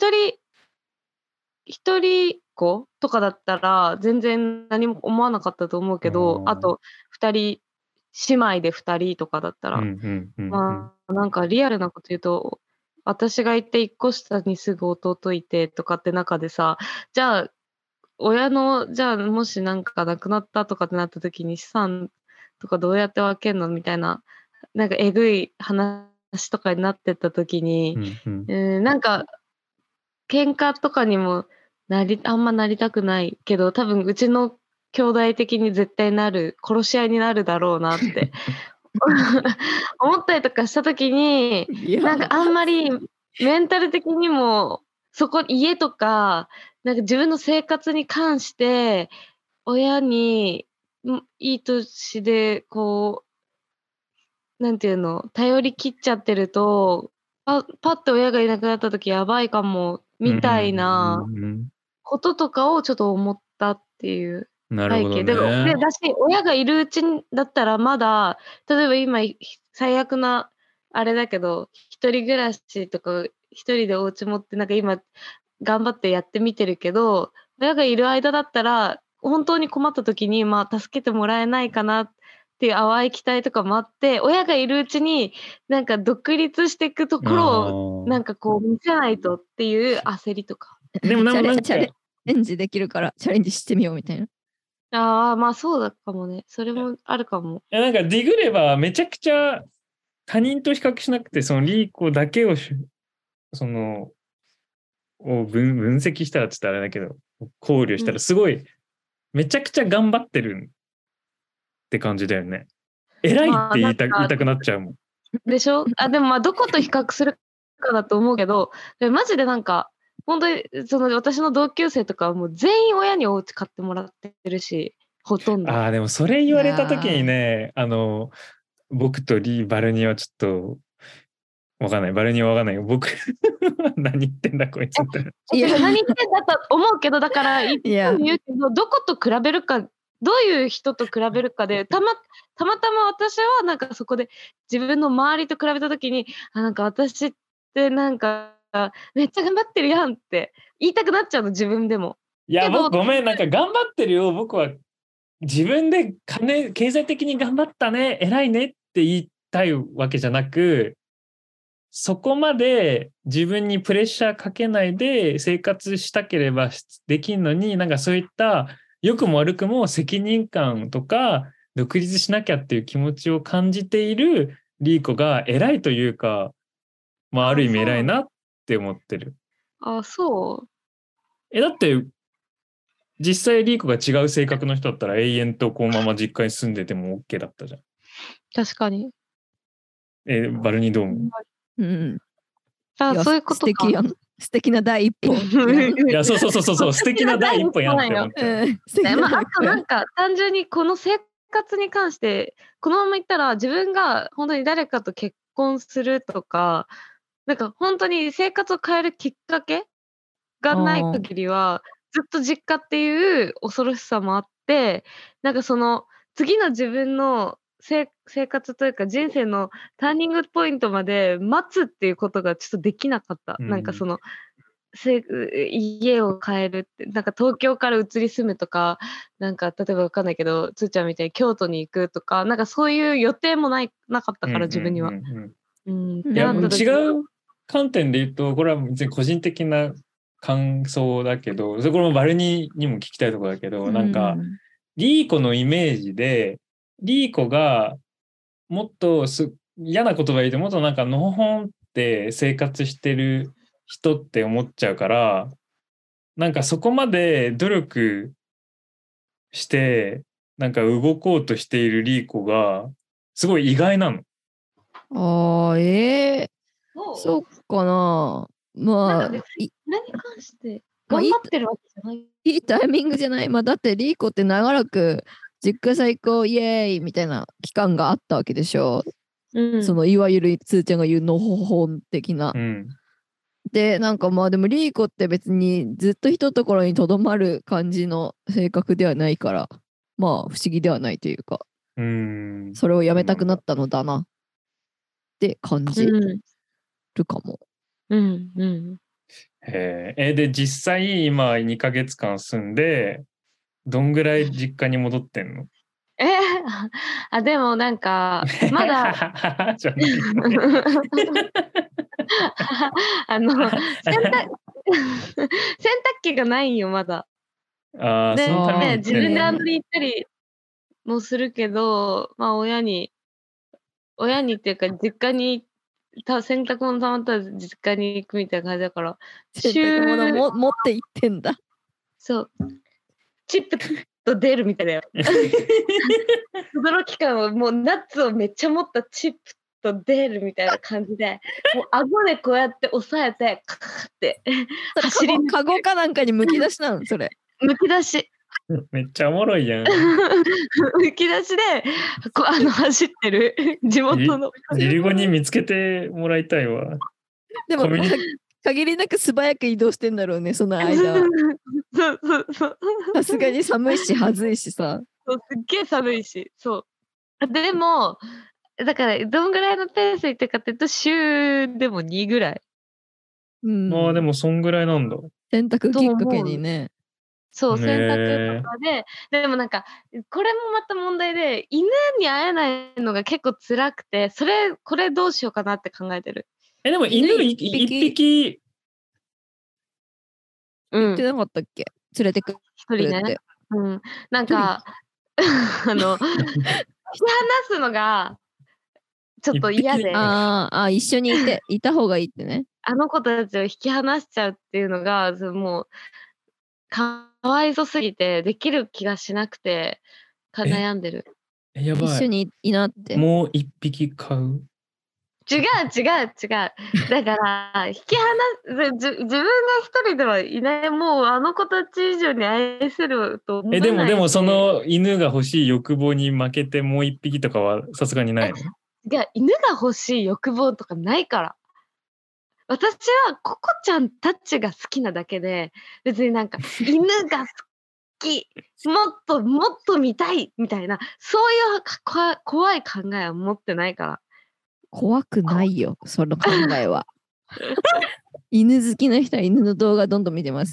Speaker 4: 人子とかだったら、全然何も思わなかったと思うけど、あと、姉妹で2人とかだったら、まあ、なんかリアルなこと言うと、 私がいて1個下にすぐ弟いてとかって中でさ、じゃあ親の、じゃあもしなんか亡くなったとかってなった時に資産とかどうやって分けんのみたいな、なんかえぐい話とかになってった時に、なんか喧嘩とかにもあんまなりたくないけど、多分うちの兄弟的に絶対殺し合いになるだろうなって思ったりとかした時に、なんかあんまりメンタル的にも家とか、なんか自分の生活に関して親にいい年でこうなんていうの頼り切っちゃってるとパッと親がいなくなった時やばいかもみたいなこととかをちょっと思ったっていう背景で、だし親がいるうちだったらまだ例えば今最悪なあれだけど一人暮らしとか一人でお家持ってなんか今頑張ってやってみてるけど、親がいる間だったら本当に困った時に助けてもらえないかなっていう淡い期待とかもあって、親がいるうちになんか独立していくところをなんかこう見せないとっていう焦りとか。
Speaker 2: でもなんかチャレンジできるからチャレンジしてみようみたいな。
Speaker 4: そうだかもね。それもあるかも。
Speaker 3: なんかディグればめちゃくちゃ他人と比較しなくて、そのリーコだけを分析したらって言ったらあれだけど、考慮したらすごい、めちゃくちゃ頑張ってるって感じだよね。偉いって言いたくなっちゃうもん。
Speaker 4: でしょ？でもどこと比較するかだと思うけど、マジでなんか、本当に私の同級生とかはもう全員親にお家買ってもらってるし、ほとんど。
Speaker 3: でもそれ言われた時にね、僕とバルニーはちょっと、わかんない。バルニーはわかんないよ。僕、何言ってんだこいつって。
Speaker 4: 何言ってんだと思うけど、だから、言うけど、どこと比べるか、どういう人と比べるかで、たまたま私はなんかそこで自分の周りと比べたときに、なんか私ってなんかめっちゃ頑張ってるやんって言いたくなっちゃうの、自分でも。
Speaker 3: いや、僕ごめん、なんか頑張ってるよ。僕は自分で経済的に頑張ったね、偉いねって言いたいわけじゃなく、そこまで自分にプレッシャーかけないで生活したければできるのに、なんかそういった良くも悪くも責任感とか独立しなきゃっていう気持ちを感じているリーコが偉いというか、ある意味偉いなって思ってる。
Speaker 4: そう？
Speaker 3: だって実際リーコが違う性格の人だったら永遠とこのまま実家に住んでても OK だったじゃん。
Speaker 4: 確かに。
Speaker 3: バルニーどう思う？
Speaker 4: そういうことか。
Speaker 2: 素敵な第一歩。
Speaker 3: いや、そう素敵な第一歩やんって思って。
Speaker 4: あとなんか単純にこの生活に関してこのままいったら自分が本当に誰かと結婚するとか、なんか本当に生活を変えるきっかけがない限りはずっと実家っていう恐ろしさもあって、なんかその次の自分の生活というか人生のターニングポイントまで待つっていうことがちょっとできなかった。なんか家を変えるって、なんか東京から移り住むとか、なんか例えばわかんないけど、つーちゃんみたいに京都に行くとか、なんかそういう予定もなかったから自分には。い
Speaker 3: や、違う観点で言うと、これは別に個人的な感想だけど、これもバルニーにも聞きたいところだけど、なんか、リーコのイメージで、リーコがもっと嫌な言葉言うともっとなんかのほほんって生活してる人って思っちゃうから、なんかそこまで努力してなんか動こうとしているリーコがすごい意外なの。
Speaker 2: そうかな。
Speaker 4: 何に関して頑張ってるわけじゃない。
Speaker 2: いいタイミングじゃない。だってリーコって長らく実家最高イエーイみたいな期間があったわけでしょ。そのいわゆるつーちゃんが言うのほほん的な。でなんかでもリーコって別にずっと一ところにとどまる感じの性格ではないから、不思議ではないというか、それをやめたくなったのだなって感じるかも。
Speaker 3: で実際今2ヶ月間住んでどんぐらい実家に戻ってんの？
Speaker 4: でもなんかまだ洗濯機がないんよ、まだ。
Speaker 3: ああ、そのために
Speaker 4: 自分でランドリー行ったりもするけど、まあ親にっていうか、実家に、洗濯物たまったら実家に行くみたいな感じだから。
Speaker 2: 洗濯物も持って行ってんだ。
Speaker 4: そう。チップと出るみたいだよ。驚き感を、もうナッツをめっちゃ持ったチップと出るみたいな感じで、もう顎でこうやって押さえて、カーって
Speaker 2: 走りカゴかなんかにむき出しなのそれ。
Speaker 4: むき出し。
Speaker 3: めっちゃおもろいやん。
Speaker 4: むき出しで走ってる地元の。
Speaker 3: ジリゴに見つけてもらいたいわ。
Speaker 2: でも限りなく素早く移動してんだろうね、その間は。
Speaker 4: そう。
Speaker 2: さすがに寒いし、はずいしさ。
Speaker 4: そう、すっげえ寒いし。そう。でも、だから、どんぐらいのペースいってかっていうと、週でも2ぐらい。
Speaker 3: まあでも、そんぐらいなんだ。
Speaker 2: 洗濯きっかけにね。
Speaker 4: そう、洗濯とかで、でもなんか、これもまた問題で、犬に会えないのが結構辛くて、これどうしようかなって考えてる。
Speaker 3: でも犬一匹、
Speaker 2: 言ってなかったっけ？連れてくる
Speaker 4: 一人ね。なんか、引き離すのが、ちょっと嫌で。
Speaker 2: 一緒にいた方がいいってね。
Speaker 4: あの子たちを引き離しちゃうっていうのが、もう、かわいそすぎて、できる気がしなくて、悩んでる。
Speaker 3: やばい。
Speaker 2: 一緒にいなって。
Speaker 3: もう一匹買う。
Speaker 4: 違う。だから、引き離す、自分が一人ではいない、もうあの子たち以上に愛せると思う。
Speaker 3: でもその犬が欲しい欲望に負けてもう一匹とかはさすがにないの？
Speaker 4: 犬が欲しい欲望とかないから。私はココちゃんたちが好きなだけで、別になんか犬が好き、もっと見たいみたいな、そういう怖い考えは持ってないから。
Speaker 2: 怖くないよ、その考えは。犬好きな人は犬の動画どんどん見てます。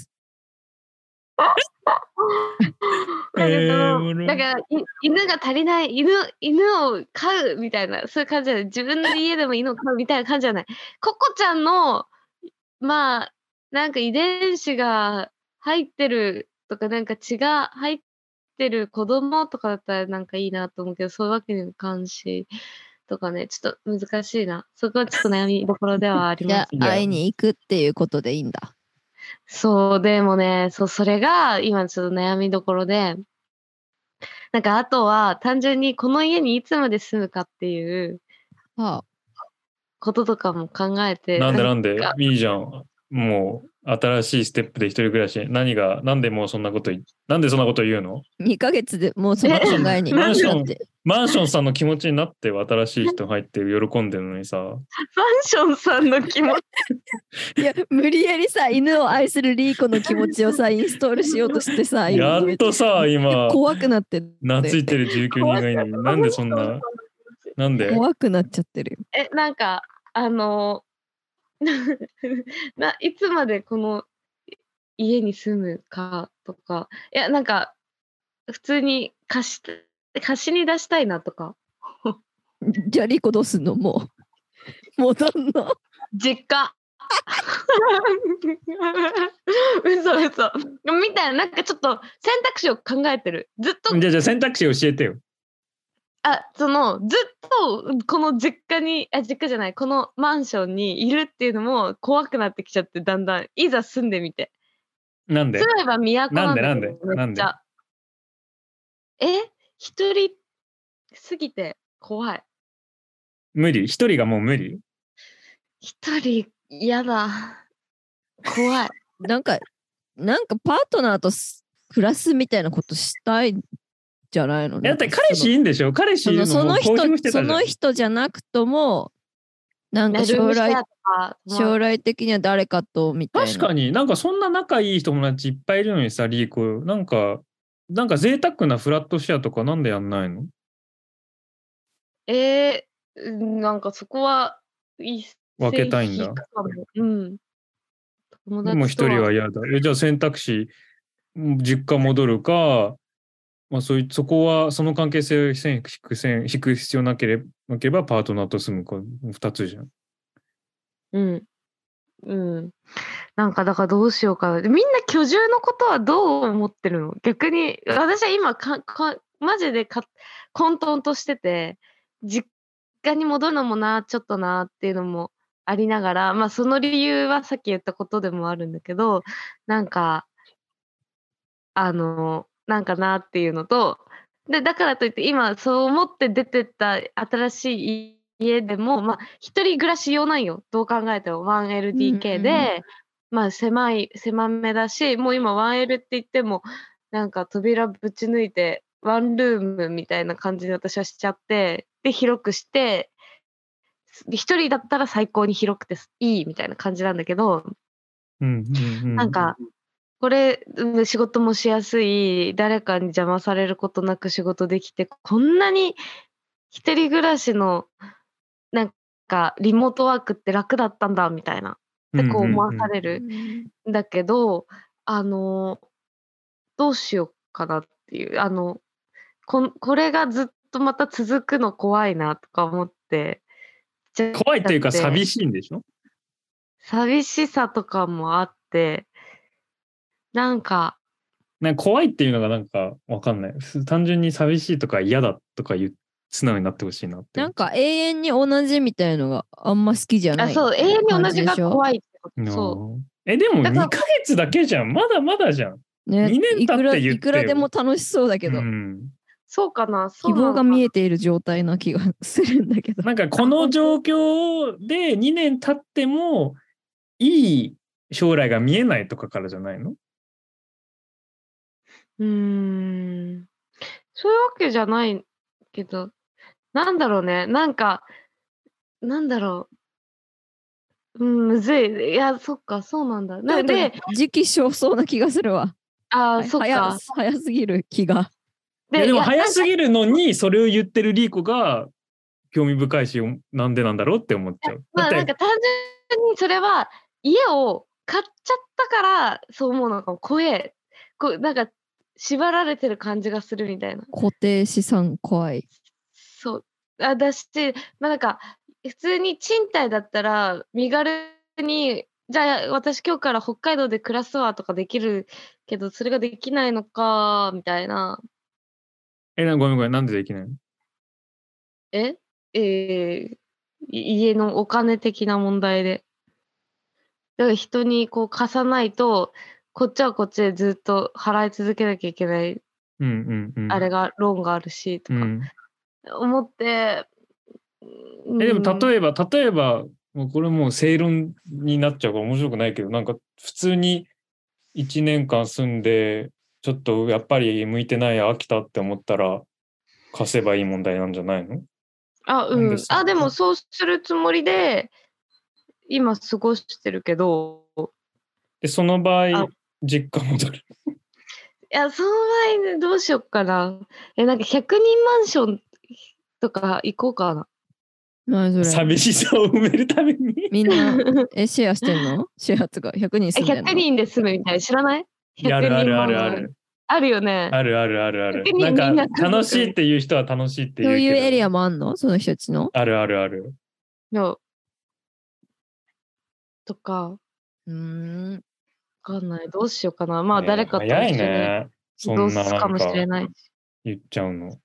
Speaker 4: だから犬が足りない、犬を飼うみたいな、そういう感じじゃない。自分の家でも犬を飼うみたいな感じじゃない。ココちゃんの、まあ、なんか遺伝子が入ってるとか、なんか血が入ってる子供とかだったらなんかいいなと思うけど、そういうわけにも関しとかね、ちょっと難しいな。そこはちょっと悩みどころではあります。
Speaker 2: じゃあ会いに行くっていうことでいいんだ。
Speaker 4: そう、でもね、それが今ちょっと悩みどころで、なんかあとは単純にこの家にいつまで住むかっていうこととかも考えて。
Speaker 3: なんでいいじゃん。もう新しいステップで一人暮らし。なんでもうそんなこと言うの？
Speaker 2: 2 ヶ月でもうその考えに
Speaker 3: マンションさんの気持ちになって新しい人入って喜んでるのにさ。マン
Speaker 4: ションさんの気持
Speaker 2: ちいや無理やりさ、犬を愛するリーコの気持ちをさインストールしようとしてさ、
Speaker 3: やっとさ今
Speaker 2: 怖くなってる。
Speaker 3: 懐いてる19人がいるのになんでそんな、なんで
Speaker 2: 怖くなっちゃってるよ。
Speaker 4: なんかいつまでこの家に住むかとか、いやなんか普通に貸しに出したいなとか。
Speaker 2: じゃあリコどうすんの？もう戻んの？
Speaker 4: 実家。嘘みたいな、なんかちょっと選択肢を考えてる。ずっと。
Speaker 3: じゃあ選択肢教えてよ。
Speaker 4: ずっとこの実家じゃない、このマンションにいるっていうのも怖くなってきちゃって、だんだんいざ住んでみて。
Speaker 3: なんで？
Speaker 4: 住めば都なんだけど。
Speaker 3: なんで？
Speaker 4: 一人すぎて怖い。
Speaker 3: 無理？一人がもう無理？
Speaker 4: 一人嫌だ。怖い。
Speaker 2: なんかパートナーと暮らすみたいなことしたいじゃないの？
Speaker 3: だって彼氏いいんでしょ？彼氏いるのも公表してたじゃん。
Speaker 2: その人じゃなくともなんか将来的には誰かとみたいな。
Speaker 3: 確かになんかそんな仲いい友達いっぱいいるのにさ、リーコなんか贅沢なフラットシェアとかなんでやんないの？
Speaker 4: なんかそこは
Speaker 3: 分けたいんだ。
Speaker 4: うん。
Speaker 3: でも一人は嫌だ。じゃあ選択肢、実家戻るか、まあそこはその関係性を引く必要なければパートナーと住むか、2つじゃん。
Speaker 4: うん。うん。なんかだからどうしようかな。みんな居住のことはどう思ってるの？逆に私は今マジで混沌としてて、実家に戻るのもな、ちょっとなっていうのもありながら、まあその理由はさっき言ったことでもあるんだけど、なんかなんかなっていうのと、で、だからといって今そう思って出てった新しい家でも、まあ一人暮らし用なんよ。どう考えても 1LDK で、まあ狭めだし、もう今 1L って言っても、なんか扉ぶち抜いて、ワンルームみたいな感じで私はしちゃって、で、広くして、一人だったら最高に広くていいみたいな感じなんだけど、なんか、これ、仕事もしやすい、誰かに邪魔されることなく仕事できて、こんなに一人暮らしの、なんか、リモートワークって楽だったんだみたいな、ってこう思わされるんだけど、どうしようかなっていう、これがずっとまた続くの怖いなとか思って。
Speaker 3: 怖いというか寂しいんでしょ？
Speaker 4: 寂しさとかもあって、なんか
Speaker 3: 怖いっていうのがなんかわかんない。単純に寂しいとか嫌だとか素直になってほしいなって。
Speaker 2: なんか永遠に同じみたいのがあんま好きじゃない。
Speaker 4: そう、永遠に同じが怖いってこと。そう。
Speaker 3: でも2ヶ月だけじゃん。まだまだじゃん。ね、2年経って言って
Speaker 2: いくらでも楽しそうだけど。
Speaker 4: そうかな。
Speaker 2: 希望が見えている状態な気がするんだけど。
Speaker 3: なんかこの状況で2年経ってもいい将来が見えないとかからじゃないの？
Speaker 4: そういうわけじゃないけど、なんだろうね。なんだろう。むずい。いや、そっか、そうなんだ。
Speaker 2: で、時期尚早な気がするわ。
Speaker 4: そっか。
Speaker 2: 早すぎる気が。
Speaker 3: でも早すぎるのにそれを言ってるリーコが興味深いし、なんでなんだろうって思っちゃう。
Speaker 4: まあなんか単純にそれは家を買っちゃったからそう思うのかも。なんか縛られてる感じがするみたいな。
Speaker 2: 固定資産怖い。
Speaker 4: そう。だし、まあなんか普通に賃貸だったら身軽に、じゃあ私今日から北海道で暮らすわとかできるけど、それができないのかみたいな。
Speaker 3: ごめん、なんでできないの？
Speaker 4: 家のお金的な問題で。だから人にこう貸さないと、こっちはこっちでずっと払い続けなきゃいけない、あれが、ローンがあるし、とか、思って、
Speaker 3: でも例えば、もうこれもう正論になっちゃうから面白くないけど、なんか普通に1年間住んで、ちょっとやっぱり向いてない、飽きたって思ったら、貸せばいい問題なんじゃないの？
Speaker 4: でもそうするつもりで、今過ごしてるけど。
Speaker 3: で、その場合、実家戻る。
Speaker 4: いや、その場合どうしよっかな。なんか100人マンションとか行こうかな。
Speaker 3: 寂しさを埋めるために
Speaker 2: みんなシェアしてんの？シェアとか100人住んでんの？
Speaker 4: 100人で住むみたいな知らない？
Speaker 3: ある
Speaker 4: あるよね。
Speaker 3: ある。なんか楽しいっていう人は楽しいっていうけど。
Speaker 2: そういうエリアもあんの？その人たちの？
Speaker 3: ある。
Speaker 4: とか。わかんない。どうしようかな。まあ誰かと一緒に
Speaker 3: そんな
Speaker 4: かもしれない。
Speaker 3: 言っちゃうの。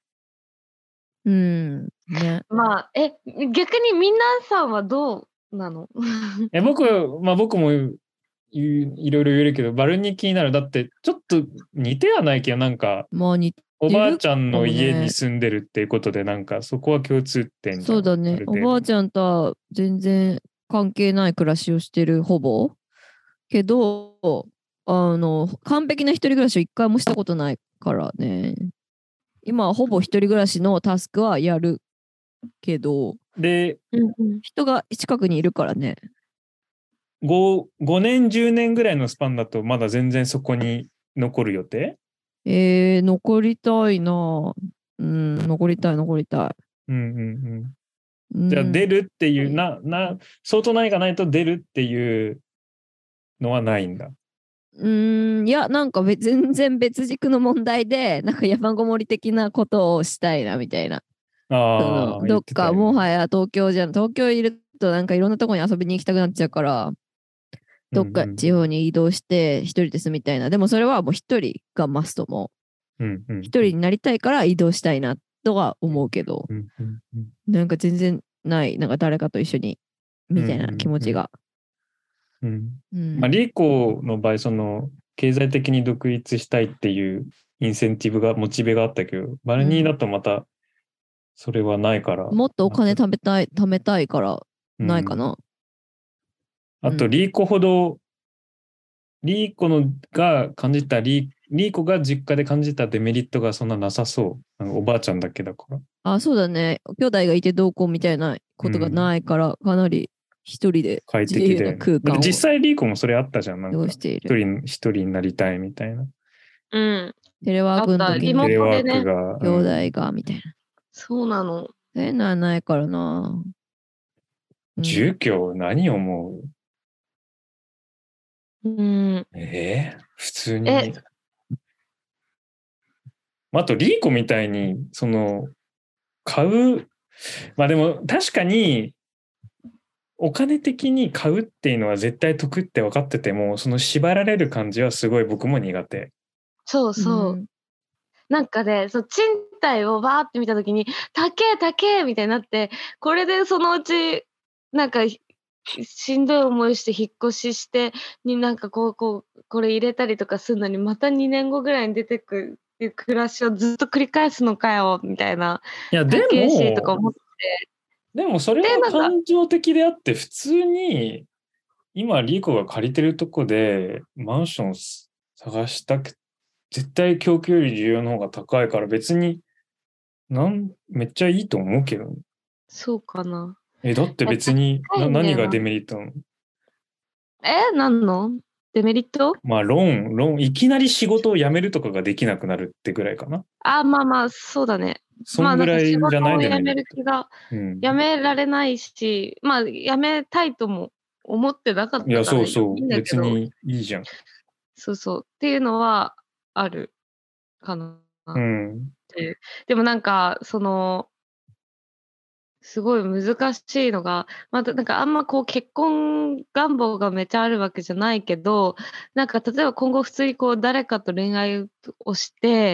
Speaker 2: ね。
Speaker 4: まあ逆に皆さんはどうなの？
Speaker 3: 僕もいろいろ言えるけど、バルニー気になる。だってちょっと似てはないけど、なんかおばあちゃんの家に住んでるっていうことで、なんかそこは共通点じゃん。
Speaker 2: そうだね。おばあちゃんとは全然関係ない暮らしをしてる、ほぼ。けど、完璧な一人暮らしを一回もしたことないからね。今はほぼ一人暮らしのタスクはやるけど、
Speaker 3: で、
Speaker 2: 人が近くにいるからね。
Speaker 3: 5年、10年ぐらいのスパンだとまだ全然そこに残る予定？
Speaker 2: 残りたいな。残りたい。
Speaker 3: じゃあ出るっていう、相当何かないと出るっていうのはないんだ。
Speaker 2: いや、なんか全然別軸の問題で、なんか山ごもり的なことをしたいなみたいな。どっかもはや東京いるとなんかいろんなところに遊びに行きたくなっちゃうから、どっか地方に移動して一人で住みたいな。でもそれはもう一人がマストも。一人になりたいから移動したいなとは思うけど、なんか全然ない。なんか誰かと一緒にみたいな気持ちが。
Speaker 3: まあ、リーコの場合、その経済的に独立したいっていうインセンティブが、モチベがあったけど、バルニーだとまたそれはないから。
Speaker 2: もっとお金貯めたいからないかな。
Speaker 3: あと、リーコほど、リーコが感じたリーコが実家で感じたデメリットがそんななさそう。おばあちゃんだけだから。
Speaker 2: あ、そうだね。兄弟がいてどうこうみたいなことがないから、かなり一人で
Speaker 3: 快適で。実際リーコもそれあったじゃん。なんか一人になりたいみたいな。
Speaker 2: テレワークの時に
Speaker 4: テレワー
Speaker 2: クが、兄弟がみたいな。
Speaker 4: そうなの。
Speaker 2: そういうのはないからな。
Speaker 3: 住居何思う？普通に。あと、リーコみたいに、その、買う、まあでも確かに、お金的に買うっていうのは絶対得って分かってても、その縛られる感じはすごい僕も苦手。
Speaker 4: そうそう。なんかね、賃貸をバーって見たときに、高えみたいになって、これでそのうち、なんか、しんどい思いして引っ越ししてになんかこれ入れたりとかするのにまた2年後ぐらいに出てくっていう暮らしをずっと繰り返すのかよみたいな。
Speaker 3: いやでもとか思ってでもそれは感情的であって普通に今リーコが借りてるとこでマンション探したく絶対供給より需要の方が高いから別にめっちゃいいと思うけど。
Speaker 4: そうかな。
Speaker 3: だって別に何がデメリットなの？
Speaker 4: 何のデメリット？
Speaker 3: まあローンいきなり仕事を辞めるとかができなくなるってぐらいかな。
Speaker 4: まあそうだね。
Speaker 3: そんぐらいじゃない
Speaker 4: デメリット。辞める気が、辞められないし、まあ辞めたいとも思ってなかったから。
Speaker 3: いやそう別にいいじゃん。
Speaker 4: そうっていうのはあるかな。でもなんかすごい難しいのが、またなんかあんま結婚願望がめちゃあるわけじゃないけど、なんか例えば今後普通に誰かと恋愛をして、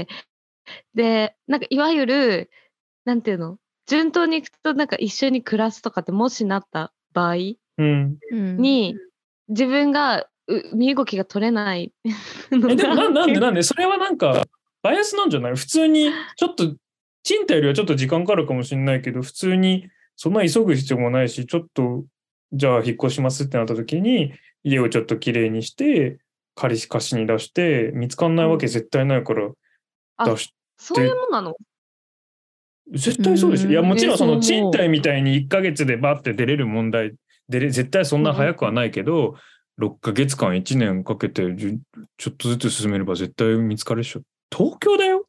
Speaker 4: で、なんかいわゆる、なんていうの？順当にいくとなんか一緒に暮らすとかってもしなった場合に、自分が身動きが取れないのが。
Speaker 3: でもなんでそれはなんかバイアスなんじゃない？普通にちょっと賃貸よりはちょっと時間かかるかもしれないけど、普通にそんな急ぐ必要もないし、ちょっと、じゃあ引っ越しますってなった時に、家をちょっときれいにして、貸しに出して、見つかんないわけ絶対ないから出して。
Speaker 4: そういうもんなの？
Speaker 3: 絶対そうでしょ。いや、もちろんその賃貸みたいに1ヶ月でバッて出れる問題、絶対そんな早くはないけど、6ヶ月間1年かけてちょっとずつ進めれば絶対見つかるでしょ。東京だよ。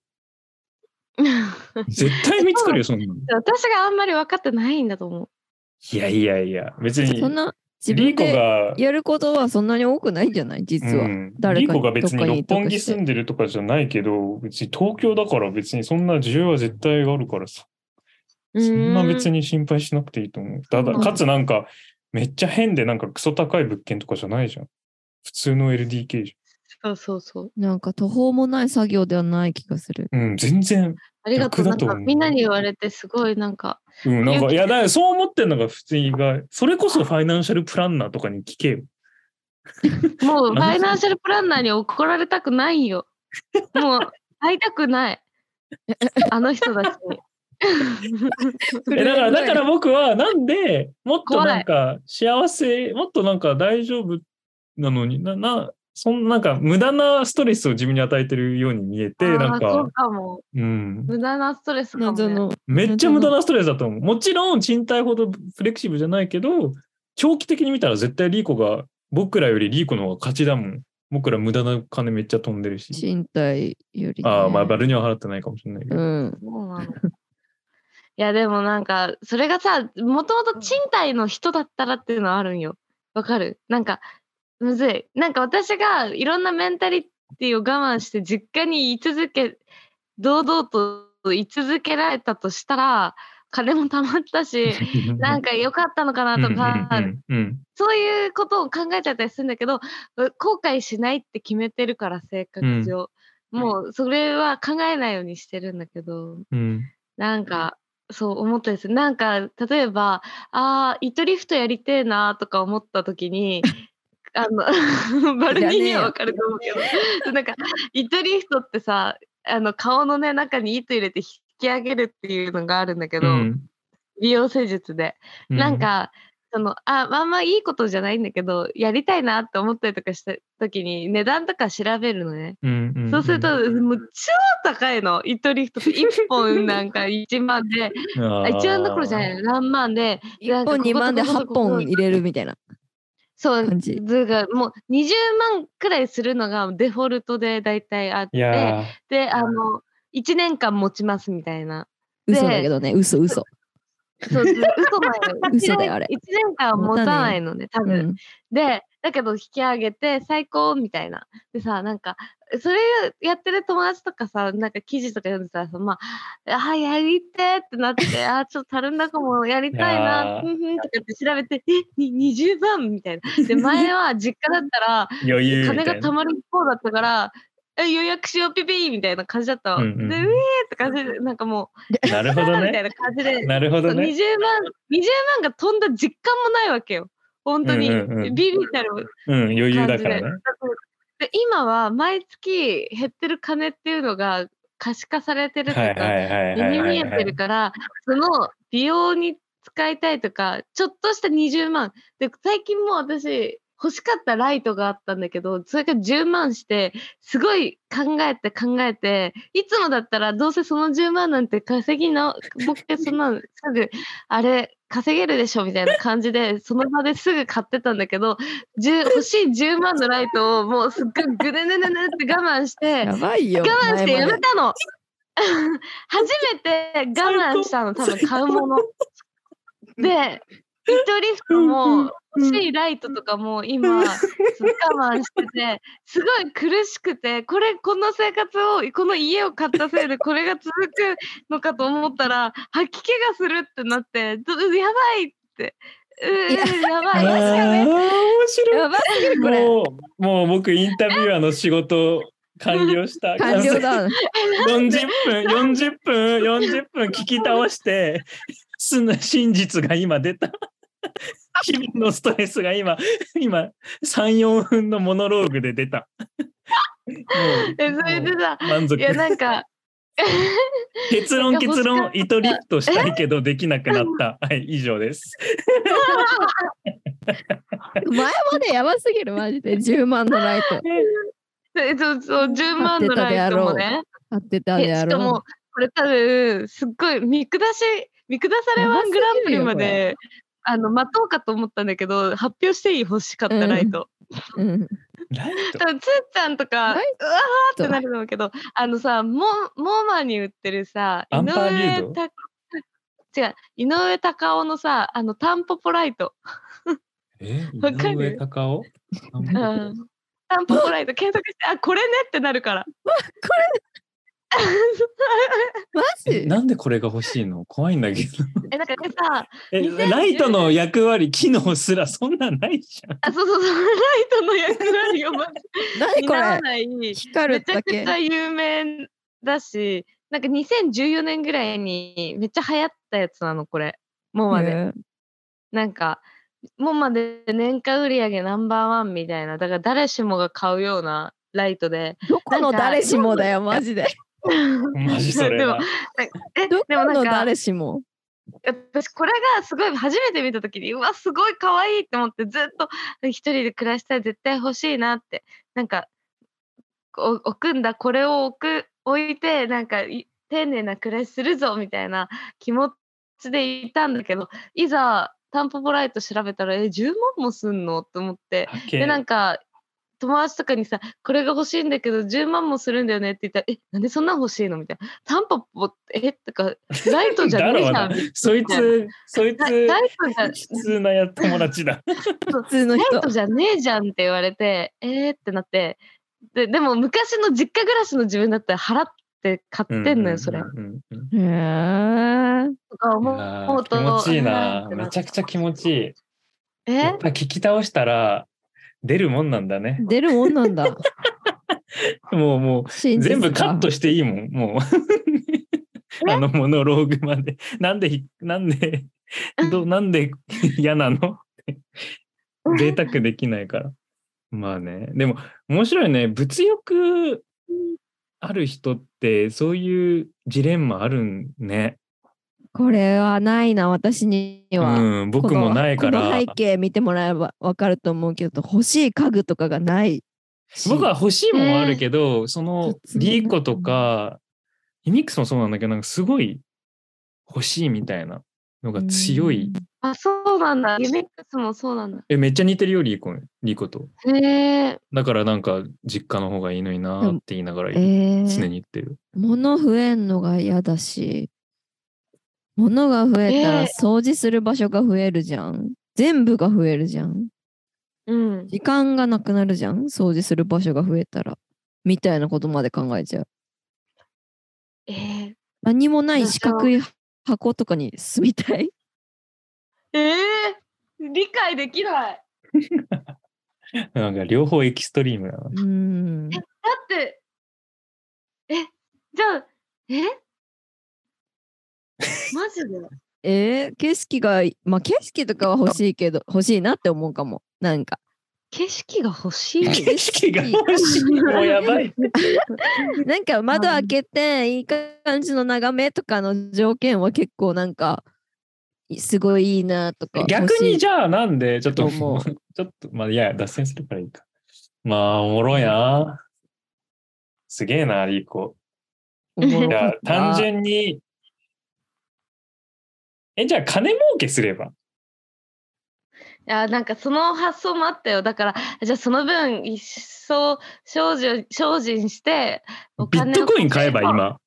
Speaker 3: 絶対見つかるよ、そんなの。
Speaker 4: 私があんまり分かってないんだと思う。
Speaker 3: いや、別に。
Speaker 2: そんな自分でやることはそんなに多くないんじゃない？実は。
Speaker 3: リーコが別に六本木住んでるとかじゃないけど、別に東京だから別にそんな需要は絶対あるからさ。そんな別に心配しなくていいと思う。ただ、かつなんか、めっちゃ変でなんかクソ高い物件とかじゃないじゃん。普通の LDK じ
Speaker 4: ゃん。そう。
Speaker 2: なんか途方もない作業ではない気がする。
Speaker 3: 全然。
Speaker 4: ありがとう。なんかみんなに言われてすごいなんか。
Speaker 3: なんか、いや、だからそう思ってるのが普通にそれこそファイナンシャルプランナーとかに聞けよ。
Speaker 4: もうファイナンシャルプランナーに怒られたくないよ。もう会いたくない。あの人たちに。
Speaker 3: だから僕はなんでもっとなんか幸せ、もっとなんか大丈夫なのにそんなんか無駄なストレスを自分に与えてるように見えて、なんか
Speaker 4: そうかも、無駄なストレスかも、ね、
Speaker 3: めっちゃ無駄なストレスだと思う。もちろん賃貸ほどフレキシブルじゃないけど、長期的に見たら絶対リーコが僕らよりリーコの方が勝ちだもん。僕ら無駄な金めっちゃ飛んでるし。
Speaker 2: 賃貸より、ね、
Speaker 3: まあバルには払ってないかもしれないけど。
Speaker 4: そうなの。いやでもなんかそれがさ、もともと賃貸の人だったらっていうのはあるんよ。わかる？なんかむずい。なんか私がいろんなメンタリティを我慢して実家に堂々と居続けられたとしたら、 金も貯まったしなんか良かったのかなとかそういうことを考えちゃったりするんだけど、後悔しないって決めてるから性格上、もうそれは考えないようにしてるんだけど、なんかそう思ったんです。なんか例えば糸リフトやりてえなとか思った時にバルニーには分かると思うけどなんか糸リフトってさ顔のね中に糸入れて引き上げるっていうのがあるんだけど、美容施術で、なんかあんまいいことじゃないんだけどやりたいなって思ったりとかした時に値段とか調べるのね、そうするともう超高いの。糸リフトって1本なんか1万で1万どころじゃない何万で
Speaker 2: 1本2万で8本入れるみたいな。
Speaker 4: そうもう20万くらいするのがデフォルトでだいたいあって、で1年間持ちますみたいな。
Speaker 2: 嘘だけどね、嘘
Speaker 4: そう嘘なんよ。
Speaker 2: 嘘だよあれ。
Speaker 4: 1年間持たないのね多分、でだけど引き上げて最高みたいな。でさなんかそれやってる友達とかさなんか記事とか読んでたらさやりてってなってちょっとたるんだかもやりたいなとかって調べて20万みたいな。で前は実家だったら金がたまる一方だったから予約しようピピーみたいな感じだったわ。でって感じでなんかもう
Speaker 3: なるほどね
Speaker 4: みたいな感じで
Speaker 3: なるほどね。
Speaker 4: 20万が飛んだ実感もないわけよ。本当にビビったる
Speaker 3: 余裕だからね。
Speaker 4: で今は毎月減ってる金っていうのが可視化されてるとか目に見えてるからその美容に使いたいとかちょっとした20万で最近も私欲しかったライトがあったんだけどそれが10万してすごい考えていつもだったらどうせその10万なんて稼ぎの僕そんなすぐあれ稼げるでしょみたいな感じでその場ですぐ買ってたんだけど欲しい10万のライトをもうすっごいグネネネネって我慢して
Speaker 2: やばいよ
Speaker 4: 我慢してやめたの初めて我慢したの多分買うもので糸リフトも欲しいライトとかも今我慢しててすごい苦しくてこの生活をこの家を買ったせいでこれが続くのかと思ったら吐き気がするってなってやばいってやばい
Speaker 3: 面白い。
Speaker 2: やばすぎるこれ
Speaker 3: もう僕インタビュアーの仕事完了した
Speaker 2: 完了だ
Speaker 3: 40分聞き倒して真実が今出た日々のストレスが今 3,4 分のモノローグで出た
Speaker 4: それでさ
Speaker 3: 満足。
Speaker 4: いやなんか
Speaker 3: 結論糸リフトしたいけどできなくなったはい以上です
Speaker 2: 前までやばすぎるマジで10万のライト
Speaker 4: そう10万のライトもね
Speaker 2: 買ってたであろう。
Speaker 4: しかもこれ多分すっごい見下されワングランプリまで待とうかと思ったんだけど発表していい欲しかったライト、
Speaker 3: ライト
Speaker 4: 多分つーちゃんとかうわーってなると思うけどさモーマに売ってるさ
Speaker 3: アンパーリュード
Speaker 4: 井上貴夫のさタンポポライト
Speaker 3: わかる？井上貴夫
Speaker 4: タンポポライト検索してこれねってなるからこれ
Speaker 2: マジ？
Speaker 3: なんでこれが欲しいの？怖いんだけど
Speaker 4: なんかねさ
Speaker 3: ライトの役割機能すらそんなんないじゃん。
Speaker 4: そうライトの役割を
Speaker 2: 何これ
Speaker 4: 光るだけめちゃくちゃ有名だしなんか2014年ぐらいにめっちゃ流行ったやつなのこれモマでなんかモマで年間売上ナンバーワンみたいなだから誰しもが買うようなライトで
Speaker 2: どこの誰しもだよマジで
Speaker 3: マジそれな
Speaker 2: どこの誰しも
Speaker 4: 私これがすごい初めて見た時にうわすごい可愛いって思ってずっと一人で暮らしたら絶対欲しいなってなんか置くんだこれを置いてなんか丁寧な暮らしするぞみたいな気持ちでいたんだけどいざタンポポライト調べたら10万もすんのって思ってでなんか友達とかにさこれが欲しいんだけど10万もするんだよねって言ったらなんでそんな欲しいのみたいなタンポポとかライトじゃねえじゃん
Speaker 3: そいつ普通な友達だ
Speaker 2: 普通の人
Speaker 4: ライトじゃねえじゃんって言われてってなってでも昔の実家暮らしの自分だったら払っって買ってんのよ、それ。
Speaker 2: へえ。
Speaker 4: とか思うと
Speaker 3: 気持ちいいな。めちゃくちゃ気持ちいい。やっぱ聞き倒したら出るもんなんだね。
Speaker 2: 出るもんなんだ。
Speaker 3: もう全部カットしていいもん。もうモノローグまで。なんで嫌なの？贅沢できないから。まあね。でも面白いね。物欲ある人ってそういうジレンマあるんね。
Speaker 2: これはないな、私には。
Speaker 3: 僕もないから。
Speaker 2: この背景見てもらえば分かると思うけど、欲しい家具とかがない。
Speaker 3: 僕は欲しいもんはあるけど、そのリーコとか、ヒミックスもそうなんだけど、なんかすごい欲しいみたいなのが強い。
Speaker 4: あ、そうなんだ。ヒミックスもそうなんだ。
Speaker 3: めっちゃ似てるよ、リーコと。だからなんか実家の方がいいのになって言いながら常に言ってる。
Speaker 2: 物増えんのが嫌だし、物が増えたら掃除する場所が増えるじゃん。全部が増えるじゃん。時間がなくなるじゃん。掃除する場所が増えたら。みたいなことまで考えちゃう。何もない四角い箱とかに住みたい。
Speaker 4: 理解できない。
Speaker 3: なんか両方エキストリームだな。
Speaker 4: だって、じゃあ、マジ
Speaker 2: で景色が、まあ景色とかは欲しいけど、欲しいなって思うかも。なんか。
Speaker 4: 景色が欲しい。
Speaker 3: 景色が欲しい。もうやばい。
Speaker 2: なんか窓開けていい感じの眺めとかの条件は結構なんかすごいいいなとか。
Speaker 3: 逆にじゃあなんでちょっとまあいや脱線するからいいか。まあおもろいな。すげえなリーコ。いや単純にじゃあ金儲けすれば。
Speaker 4: いやなんかその発想もあったよ。だからじゃあその分一層精進して
Speaker 3: お金をビットコイン買えば今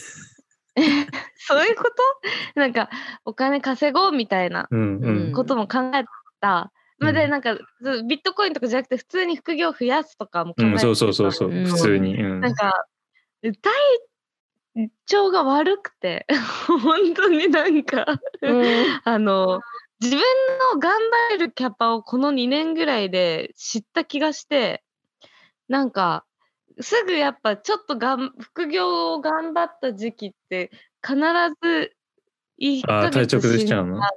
Speaker 4: そういうことなんかお金稼ごうみたいなことも考えた。でなんかビットコインとかじゃなくて普通に副業増やすとかも考えてた。
Speaker 3: そう普通に。
Speaker 4: なんか体調が悪くて本当になんか自分の頑張れるキャパをこの2年ぐらいで知った気がして、なんかすぐやっぱちょっと副業を頑張った時期って必ず1ヶ月
Speaker 3: 体調崩しちゃうの？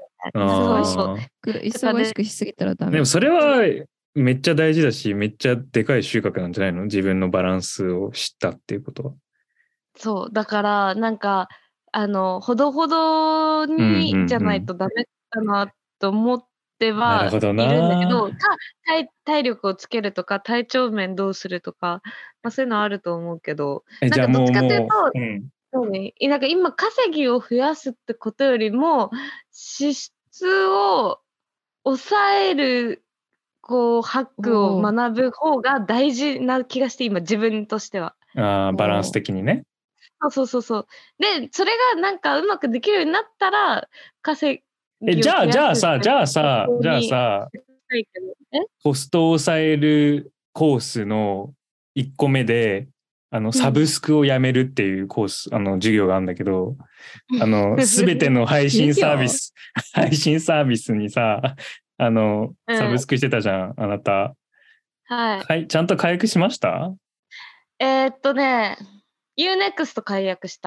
Speaker 2: 忙しくしすぎたらダメ。
Speaker 3: でもそれはめっちゃ大事だし、めっちゃでかい収穫なんじゃないの？自分のバランスを知ったっていうことは。
Speaker 4: そうだからなんかほどほどにじゃないとダメかなと思ってはいるんだけど、体力をつけるとか体調面どうするとか、まあ、そういうのあると思うけど、なんかどっちかというとそうね、なんか今稼ぎを増やすってことよりも支出を抑えるハックを学ぶ方が大事な気がして今自分としては。
Speaker 3: バランス的にね。
Speaker 4: そう。でそれがなんかうまくできるようになったら稼ぎ
Speaker 3: じゃあさコストを抑えるコースの1個目でサブスクをやめるっていうコース授業があるんだけど、全ての配信サービスにさサブスクしてたじゃん、あなた。はい。ちゃんと解約しました？
Speaker 4: Unext 解約した。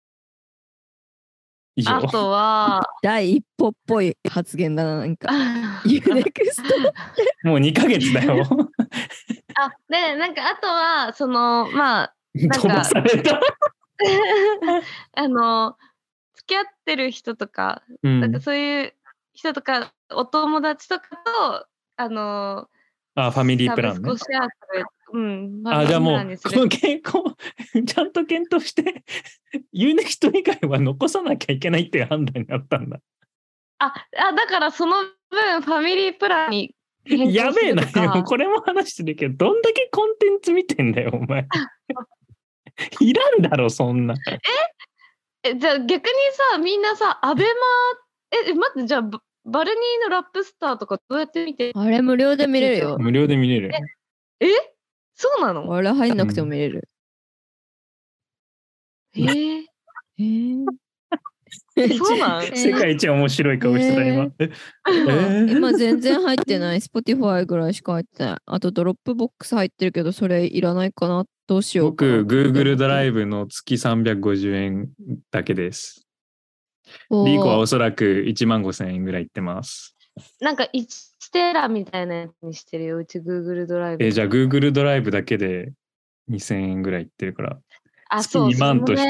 Speaker 3: あ
Speaker 4: とは
Speaker 2: 第一歩っぽい発言だな、なんか。Unext
Speaker 3: もう2ヶ月だよ。
Speaker 4: でなんかあとはまあなん
Speaker 3: 飛ばされた。
Speaker 4: 付き合ってる人とか、なんかそういう人とかお友達とかと
Speaker 3: ファミリープランね。じゃあもうこの健康ちゃんと検討してUnext以外は残さなきゃいけないっていう判断になったんだ。
Speaker 4: だからその分ファミリープランに変更するとか。
Speaker 3: やべえなよ、これも話してるけどどんだけコンテンツ見てんだよお前。いらんだろそんな。
Speaker 4: じゃあ逆にさみんなさアベマ待ってじゃあバルニーのラップスターとかどうやって見て？
Speaker 2: あれ無料で見れるよ。
Speaker 3: 無料で見れる。
Speaker 4: そうなの？
Speaker 2: あれ入んなくても見れる。
Speaker 4: そうなん
Speaker 3: 世界一面白い顔してた今。
Speaker 2: 今全然入ってない。Spotify ぐらいしか入ってない。あとドロップボックス入ってるけど、それいらないかな。どうしようかな。
Speaker 3: 僕、Google ドライブの月350円だけです。リーコはおそらく15,000円ぐらいいってます。
Speaker 4: なんか1テラみたいなやつにしてるよ。うち Google ドライブ。
Speaker 3: じゃあ Google ドライブだけで2,000円ぐらいいってるから。月
Speaker 4: そう
Speaker 3: 2万として、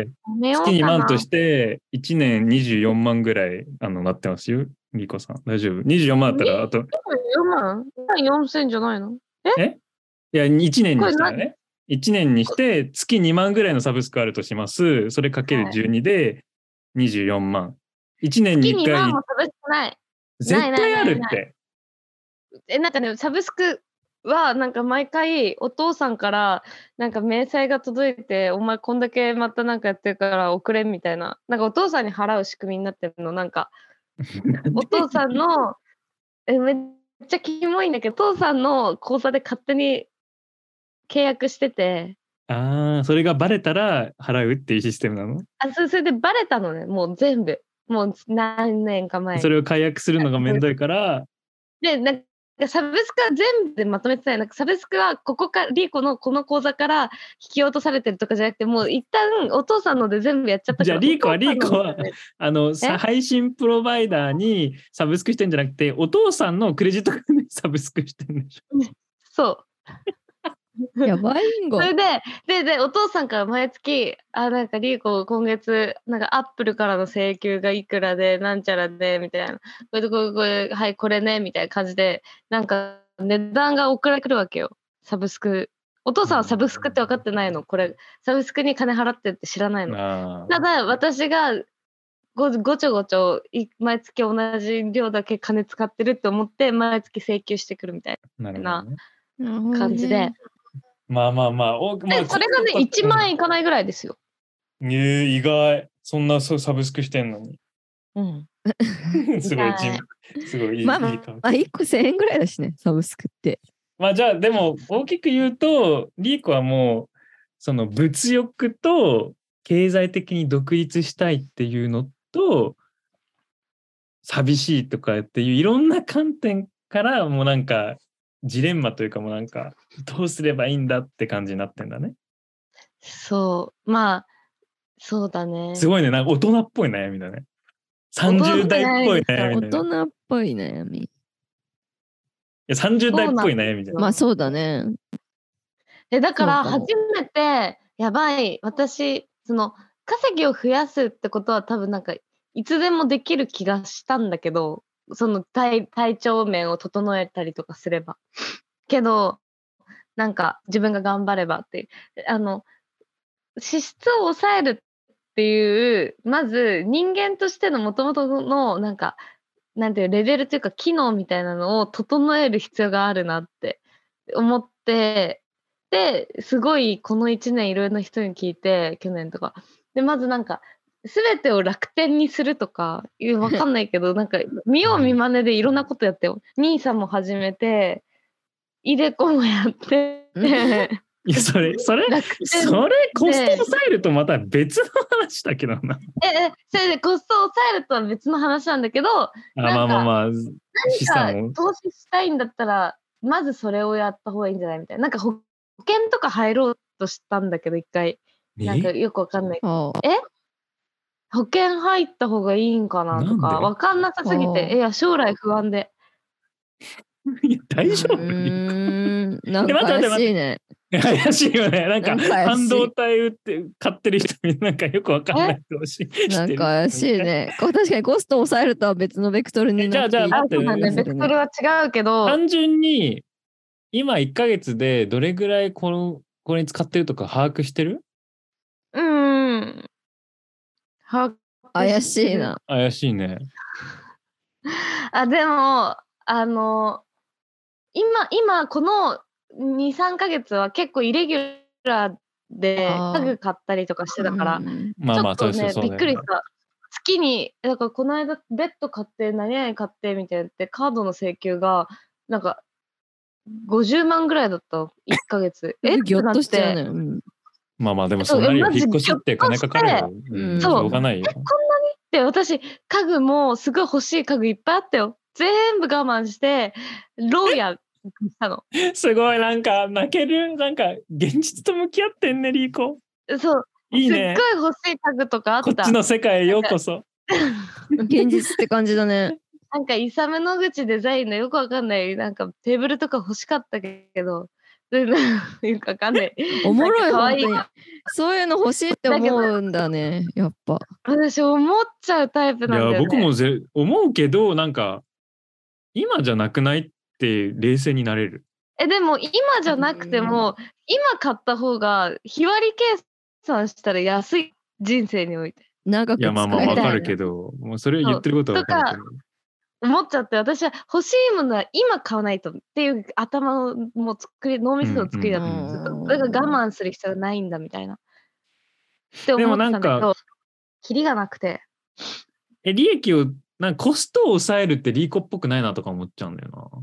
Speaker 3: 月2万として1年24万ぐらいなってますよ。リコさん。大丈夫 ?24 万だったらあと。
Speaker 4: 4万 ?4000 じゃないの？
Speaker 3: いや、1年にしたらね。1年にして月2万ぐらいのサブスクあるとします。それかける12で24万。1年に1回。
Speaker 4: 月2万もサブスクない。
Speaker 3: 絶対あるって。
Speaker 4: なんかね、サブスクはなんか毎回お父さんからなんか明細が届いて、お前こんだけまたなんかやってるから送れみたいな、なんかお父さんに払う仕組みになってるの。なんかお父さんのめっちゃキモいんだけど、お父さんの口座で勝手に契約してて、
Speaker 3: それがバレたら払うっていうシステムなの？
Speaker 4: それでバレたのね、もう全部。もう何年か前に。
Speaker 3: それを解約するのがめんどいから。
Speaker 4: で、なんかサブスクは全部でまとめてたい。なんかサブスクはここか、リーコのこの口座から引き落とされてるとかじゃなくて、もう一旦お父さんので全部やっちゃったから。
Speaker 3: じゃあリーコは配信プロバイダーにサブスクしてんじゃなくて、お父さんのクレジットカードにサブスクしてんでしょ。
Speaker 4: そう。
Speaker 2: やばいんご。
Speaker 4: それでお父さんから毎月なんかリーコ今月なんかアップルからの請求がいくらでなんちゃらでみたいな、これはいこれねみたいな感じでなんか値段が送られてくるわけよ。サブスク。お父さんはサブスクって分かってないの。これサブスクに金払ってって知らないの。ただ私がごちょごちょ毎月同じ量だけ金使ってるって思って毎月請求してくるみたいな感じで。
Speaker 3: まあ。
Speaker 4: それがね、1万円いかないぐらいですよ。
Speaker 3: 意外。そんなサブスクしてんのに。すごいいい。
Speaker 2: まあ、1個1000円ぐらいだしね、サブスクって。
Speaker 3: まあじゃあ、でも大きく言うと、リーコはもう、その物欲と経済的に独立したいっていうのと、寂しいとかっていういろんな観点から、もうなんか、ジレンマというかもうなんかどうすればいいんだって感じになってんだね。
Speaker 4: そうまあそうだね。
Speaker 3: すごいね、なんか大人っぽい悩みだね。30代っぽい悩み、
Speaker 2: 大人っぽい悩み。い
Speaker 3: や30代っぽい悩みじゃん。
Speaker 2: まあそうだね。
Speaker 4: だから初めてやばい、私その稼ぎを増やすってことは多分なんかいつでもできる気がしたんだけど、その体調面を整えたりとかすれば。けど、なんか自分が頑張ればって、支出を抑えるっていう、まず人間としての元々のなんか、なんていうレベルというか機能みたいなのを整える必要があるなって思って、で、すごいこの1年いろいろな人に聞いて、去年とか。で、まずなんか、すべてを楽天にするとか、わかんないけど、なんか、見よう見まねでいろんなことやってよ。NISAも始めて、iDeCoもやって、
Speaker 3: いや、それ、コスト抑えるとまた別の話だけどな。
Speaker 4: それでコストを抑えるとは別の話なんだけど、
Speaker 3: まあ、
Speaker 4: 資産を投資したいんだったら、まずそれをやった方がいいんじゃないみたいな。なんか保険とか入ろうとしたんだけど、一回。なんかよくわかんない。保険入った方がいいんかなとか、わかんなさすぎて、いや、将来不安で。
Speaker 3: 大丈夫？
Speaker 2: なんか怪しいね。
Speaker 3: 怪しいよね。なんか半導体売って買ってる人になんかよくわかんない投資してる。
Speaker 2: なんか怪しいね。確かにコストを抑えるとは別のベクトルになって。
Speaker 3: じゃあ待って、
Speaker 4: ベクトルは違うけど。
Speaker 3: 単純に今1ヶ月でどれぐらいこれに使ってるとか把握してる？
Speaker 2: 怪しいな。
Speaker 3: 怪しいね。
Speaker 4: でも今この2、3ヶ月は結構イレギュラーで家具買ったりとかしてたから、ちょっとね、びっくりした。月に、だからこの間ベッド買って、何々買ってみたいなってカードの請求が、なんか50万ぐらいだった、1ヶ月。
Speaker 2: ぎょっとしちゃうね。
Speaker 3: まあまあでもそうなるよ。引っ越しって金かかるよ。しょうがないよ。
Speaker 4: こんなにって私家具もすごい欲しい家具いっぱいあったよ。全部我慢して牢屋したの。
Speaker 3: すごいなんか泣ける。なんか現実と向き合ってんねリーコ。
Speaker 4: そう。
Speaker 3: いいね。
Speaker 4: すっごい欲しい家具とかあった。
Speaker 3: こっちの世界へようこそ。
Speaker 2: 現実って感じだね。
Speaker 4: なんかイサム・ノグチデザインのよくわかんないなんかテーブルとか欲しかったけど。よくわかんない。
Speaker 2: おもろい本当に。そういうの欲しいって思うんだね。やっぱ。
Speaker 4: 私思っちゃうタイプなんだよね。
Speaker 3: いや僕も思うけどなんか今じゃなくないって冷静になれる。
Speaker 4: でも今じゃなくても今買った方が日割り計算したら安い人生において。
Speaker 2: 長く使え
Speaker 3: いやまあまあわかるけどもうそれを言ってることはわかるけど。
Speaker 4: 思っちゃって私は欲しいものは今買わないとっていう頭をもう脳みその作りだったんですよ。だから我慢する必要がないんだみたいな。って思ってたんだけど、キリがなくて。
Speaker 3: 利益をなんかコストを抑えるってリーコっぽくないなとか思っちゃうんだよな。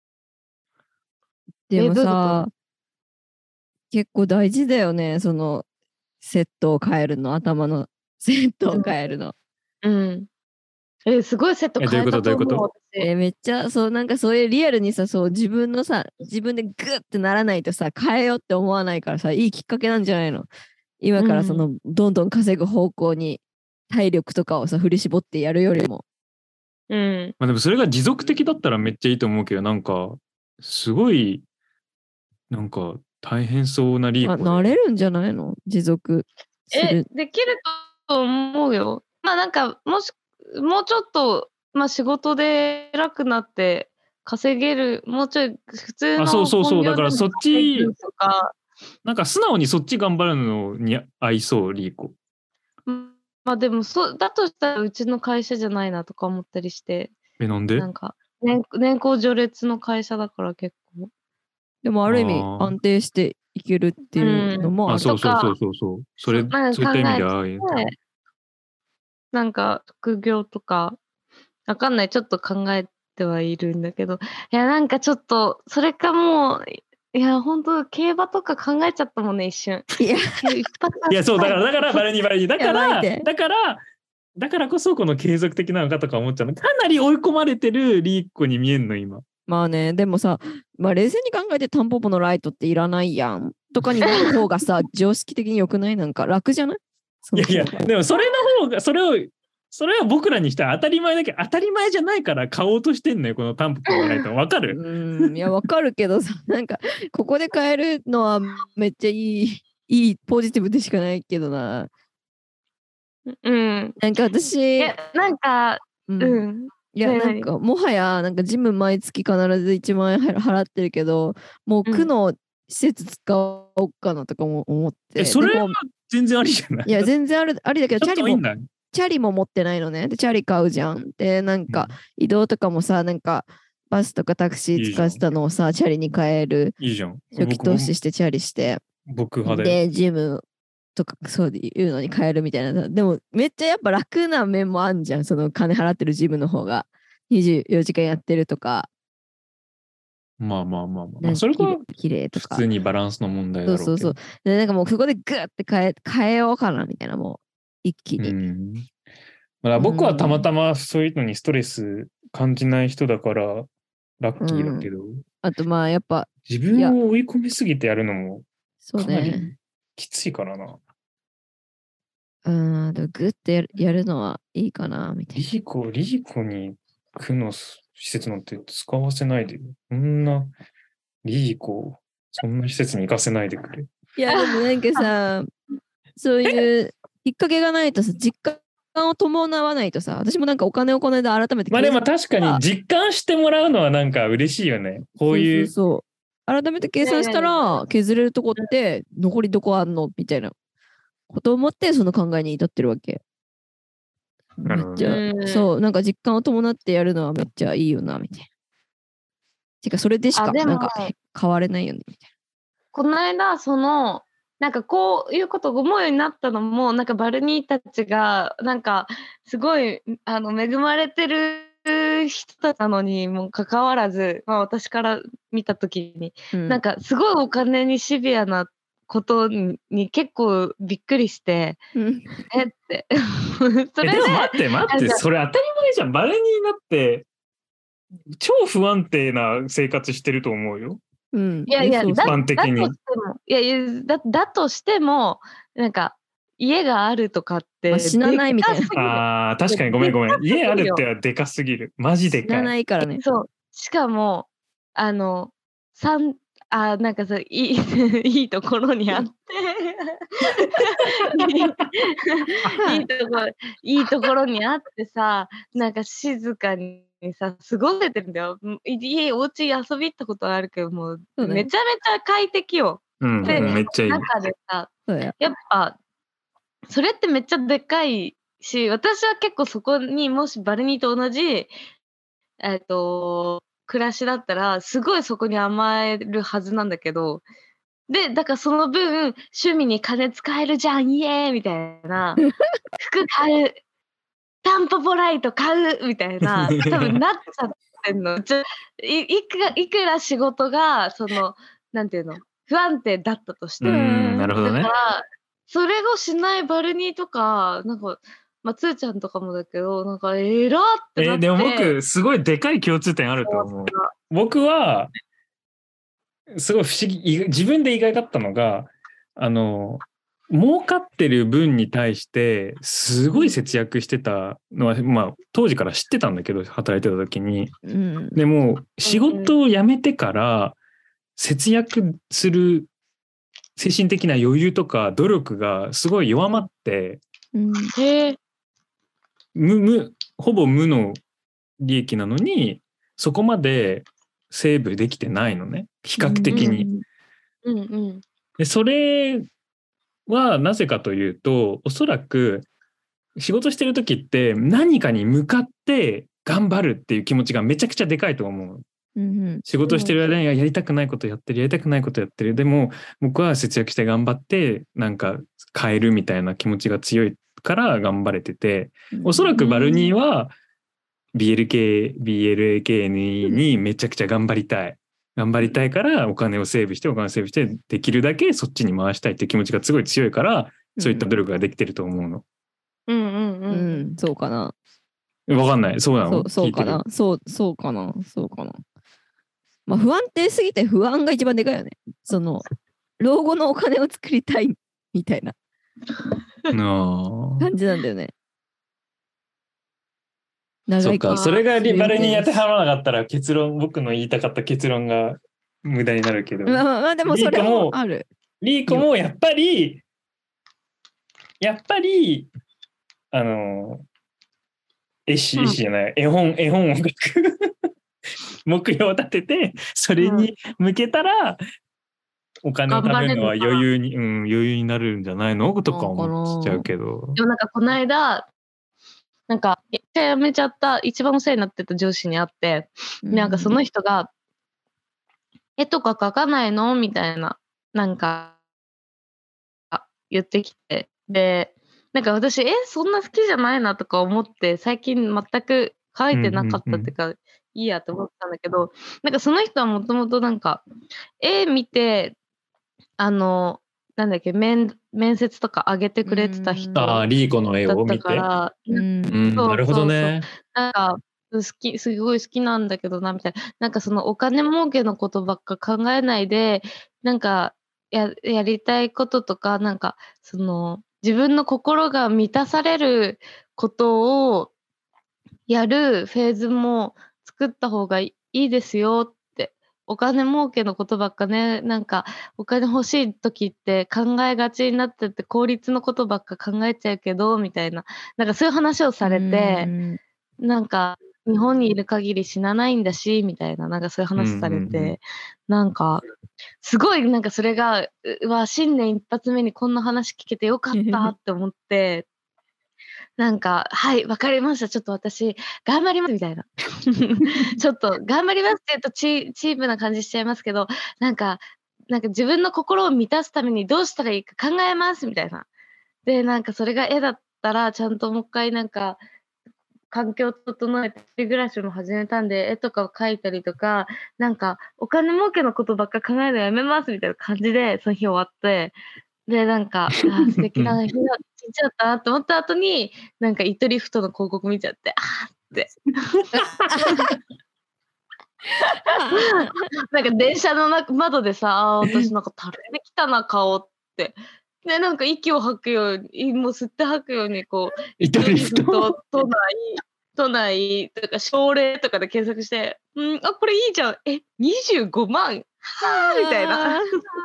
Speaker 2: でもさ、結構大事だよね。そのセットを変えるの、頭のセットを変えるの。
Speaker 4: すごいセット変えたと思う。
Speaker 2: めっちゃそうなんかそういうリアルにさそう自分でグッてならないとさ変えようって思わないからさいいきっかけなんじゃないの。今からその、どんどん稼ぐ方向に体力とかをさ振り絞ってやるよりも。
Speaker 3: まあでもそれが持続的だったらめっちゃいいと思うけどなんかすごいなんか大変そうなリーコ。
Speaker 2: なれるんじゃないの持続する。
Speaker 4: できると思うよ。まあなんかもうちょっと、まあ、仕事で偉くなって稼げるもうちょい普通の
Speaker 3: そうだからそっちなんか素直にそっち頑張るのに合いそうリーコ。
Speaker 4: まあでもだとしたらうちの会社じゃないなとか思ったりして。
Speaker 3: なんで？
Speaker 4: なんか年功序列の会社だから結構。
Speaker 2: でもある意味安定していけるっていうのも
Speaker 3: そういった意味では
Speaker 4: なんか副業とかわかんないちょっと考えてはいるんだけどいやなんかちょっとそれかもういや本当競馬とか考えちゃったもんね一瞬。
Speaker 3: いやそうだからバレにだからこそこの継続的なのかとか思っちゃうの。かなり追い込まれてるリーコに見えんの今。
Speaker 2: まあねでもさ、まあ、冷静に考えてタンポポのライトっていらないやんとかになる方がさ常識的に良くない？なんか楽じゃない？
Speaker 3: いやでもそれの方がそれは僕らにしたら当たり前だけど当たり前じゃないから買おうとしてんのよこのタンポポのライト。わかる？
Speaker 2: いやわかるけどさなんかここで買えるのはめっちゃいいポジティブでしかないけどな。なんか私
Speaker 4: なんか
Speaker 2: いやなんかもはやなんかジム毎月必ず1万円払ってるけどもう区の施設使おうかなとかも思って。
Speaker 3: それは全然ありじゃない？
Speaker 2: いや全然ありだけどチャリも持ってないのね。でチャリ買うじゃん。でなんか移動とかもさなんかバスとかタクシー使ってたのをさチャリに変える。
Speaker 3: いいじゃん。
Speaker 2: 初期投資してチャリして。
Speaker 3: 僕派
Speaker 2: でジムとかそういうのに変えるみたいな。でもめっちゃやっぱ楽な面もあんじゃん。その金払ってるジムの方が24時間やってるとか。
Speaker 3: まあそれが
Speaker 2: 綺麗とか
Speaker 3: 普通にバランスの問題だろうけど。
Speaker 2: そうでなんかもうそこでグッて変えようかなみたいなもう一気に。
Speaker 3: 僕はたまたまそういうのにストレス感じない人だからラッキーだけど。
Speaker 2: あとまあやっぱ
Speaker 3: 自分を追い込みすぎてやるのもかなりきついからな。
Speaker 2: でもグッてやるのはいいかなみたいな。
Speaker 3: リーコに区の施設なんて使わせないでよ。そんな施設に行かせないでくれ。
Speaker 2: いやでもなんかさそういうきっかけがないとさ実感を伴わないとさ私もなんかお金で改めて
Speaker 3: でも確かに実感してもらうのはなんか嬉しいよね。こういう
Speaker 2: 改めて計算したら削れるとこって残りどこあんのみたいなことを思ってその考えに至ってるわけ。めっちゃそうなんか実感を伴ってやるのはめっちゃいいよなみたいな。てかそれでしかなんか変われないよねみたいな。
Speaker 4: この間なんかこういうことを思うようになったのもなんかバルニーたちがなんかすごい恵まれてる人たちなのにもかかわらず、まあ、私から見た時に、なんかすごいお金にシビアなことに結構びっくりして、えって
Speaker 3: それでも待ってそれ当たり前じゃん。バルニーだって超不安定な生活してると思うよ。
Speaker 4: いやいや、
Speaker 3: 一般的に。
Speaker 4: だとしてもなんか家があるとかって、
Speaker 2: 死なないみたい
Speaker 3: な。あ、確かにごめん家あるってはでかすぎる。マジでかい。
Speaker 2: 死なないからね。
Speaker 4: そう、しかもなんかさ、いいところにあっていいところにあってさ、なんか静かにさ過ごせてるんだよ。お家遊び行ったことあるけど、もうめちゃめちゃ快適よ。
Speaker 3: で、めっちゃいい。
Speaker 4: 中でさ、やっぱそれってめっちゃでかいし、私は結構そこにもしバルニーと同じ暮らしだったらすごいそこに甘えるはずなんだけど、でだからその分趣味に金使えるじゃんイエーイみたいな服買う、タンポポライト買うみたいな多分なっちゃってんの。いくら仕事がそのなんていうの不安定だったとしても、
Speaker 3: なるほどね。
Speaker 4: だからそれをしないバルニーとかなんか。つーちゃんとかもだけど、なんかってなって。
Speaker 3: でも僕すごいでかい共通点あると思う。僕はすごい不思議、自分で意外だったのが、儲かってる分に対してすごい節約してたのは、当時から知ってたんだけど、働いてた時に。でも仕事を辞めてから節約する精神的な余裕とか努力がすごい弱まって、ほぼ無の利益なのにそこまでセーブできてないのね、比較的に。でそれはなぜかというと、おそらく仕事してる時って何かに向かって頑張るっていう気持ちがめちゃくちゃでかいと思う。仕事してる間にやりたくないことやってる、やりたくないことやってる。でも僕は節約して頑張ってなんか変えるみたいな気持ちが強いから頑張れてて、おそらくバルニーは BLAKNE にめちゃくちゃ頑張りたいからお金をセーブしてできるだけそっちに回したいっていう気持ちがすごい強いから、そういった努力ができてると思うの。
Speaker 2: そうかな。
Speaker 3: わかんない。そうなの？
Speaker 2: そうかな。そうかな。不安定すぎて不安が一番でかいよね。その老後のお金を作りたいみたいな感じなんだよね。
Speaker 3: そっか、それがバルに当てはまらなかったら僕の言いたかった結論が無駄になるけど。
Speaker 2: でもそれもある。
Speaker 3: リーコもやっぱり絵師じゃない、絵本を書く目標を立てて、それに向けたらお金を貯めるのは余裕になるんじゃないのとか思っちゃうけど。
Speaker 4: でもなんかこの間なんか辞めちゃった一番お世話になってた上司に会って、なんかその人が絵とか描かないのみたいななんか言ってきて、でなんか私そんな好きじゃないなとか思って最近全く描いてなかったっていうか、いいやと思ったんだけど、なんかその人はもともとなんか絵見てなんだっけ面接とか上げてくれてた人だったから、
Speaker 3: リーコの絵を見て。なるほどね。
Speaker 4: なんかすごい好きなんだけどなみたいな、なんかそのお金儲けのことばっか考えないで、なんかやりたいこととか、なんかその自分の心が満たされることをやるフェーズも作った方がいいですよ。お金儲けのことばっかね、なんかお金欲しい時って考えがちになってて効率のことばっか考えちゃうけどみたいな、なんかそういう話をされて、なんか日本にいる限り死なないんだしみたいな、なんかそういう話されて、なんかすごいなんかそれが新年一発目にこんな話聞けてよかったって思ってなんかはいわかりました、ちょっと私頑張りますみたいなちょっと頑張りますって言うとチープな感じしちゃいますけど、なんか自分の心を満たすためにどうしたらいいか考えますみたいな。でなんかそれが絵だったらちゃんともう一回なんか環境を整えて一人暮らしも始めたんで、絵とかを描いたりとか、なんかお金儲けのことばっか考えるのやめますみたいな感じで、その日終わって、で、なんか、素敵な日だ、一日だったなと思った後に、なんか糸リフトの広告見ちゃって、って。なんか電車の窓でさ、私なんか垂れてきたな、顔って。で、なんか息を吐くように、もう吸って吐くように、こう、
Speaker 3: 糸リフト
Speaker 4: 都内とか奨励とかで検索して、これいいじゃん。25万みたいな。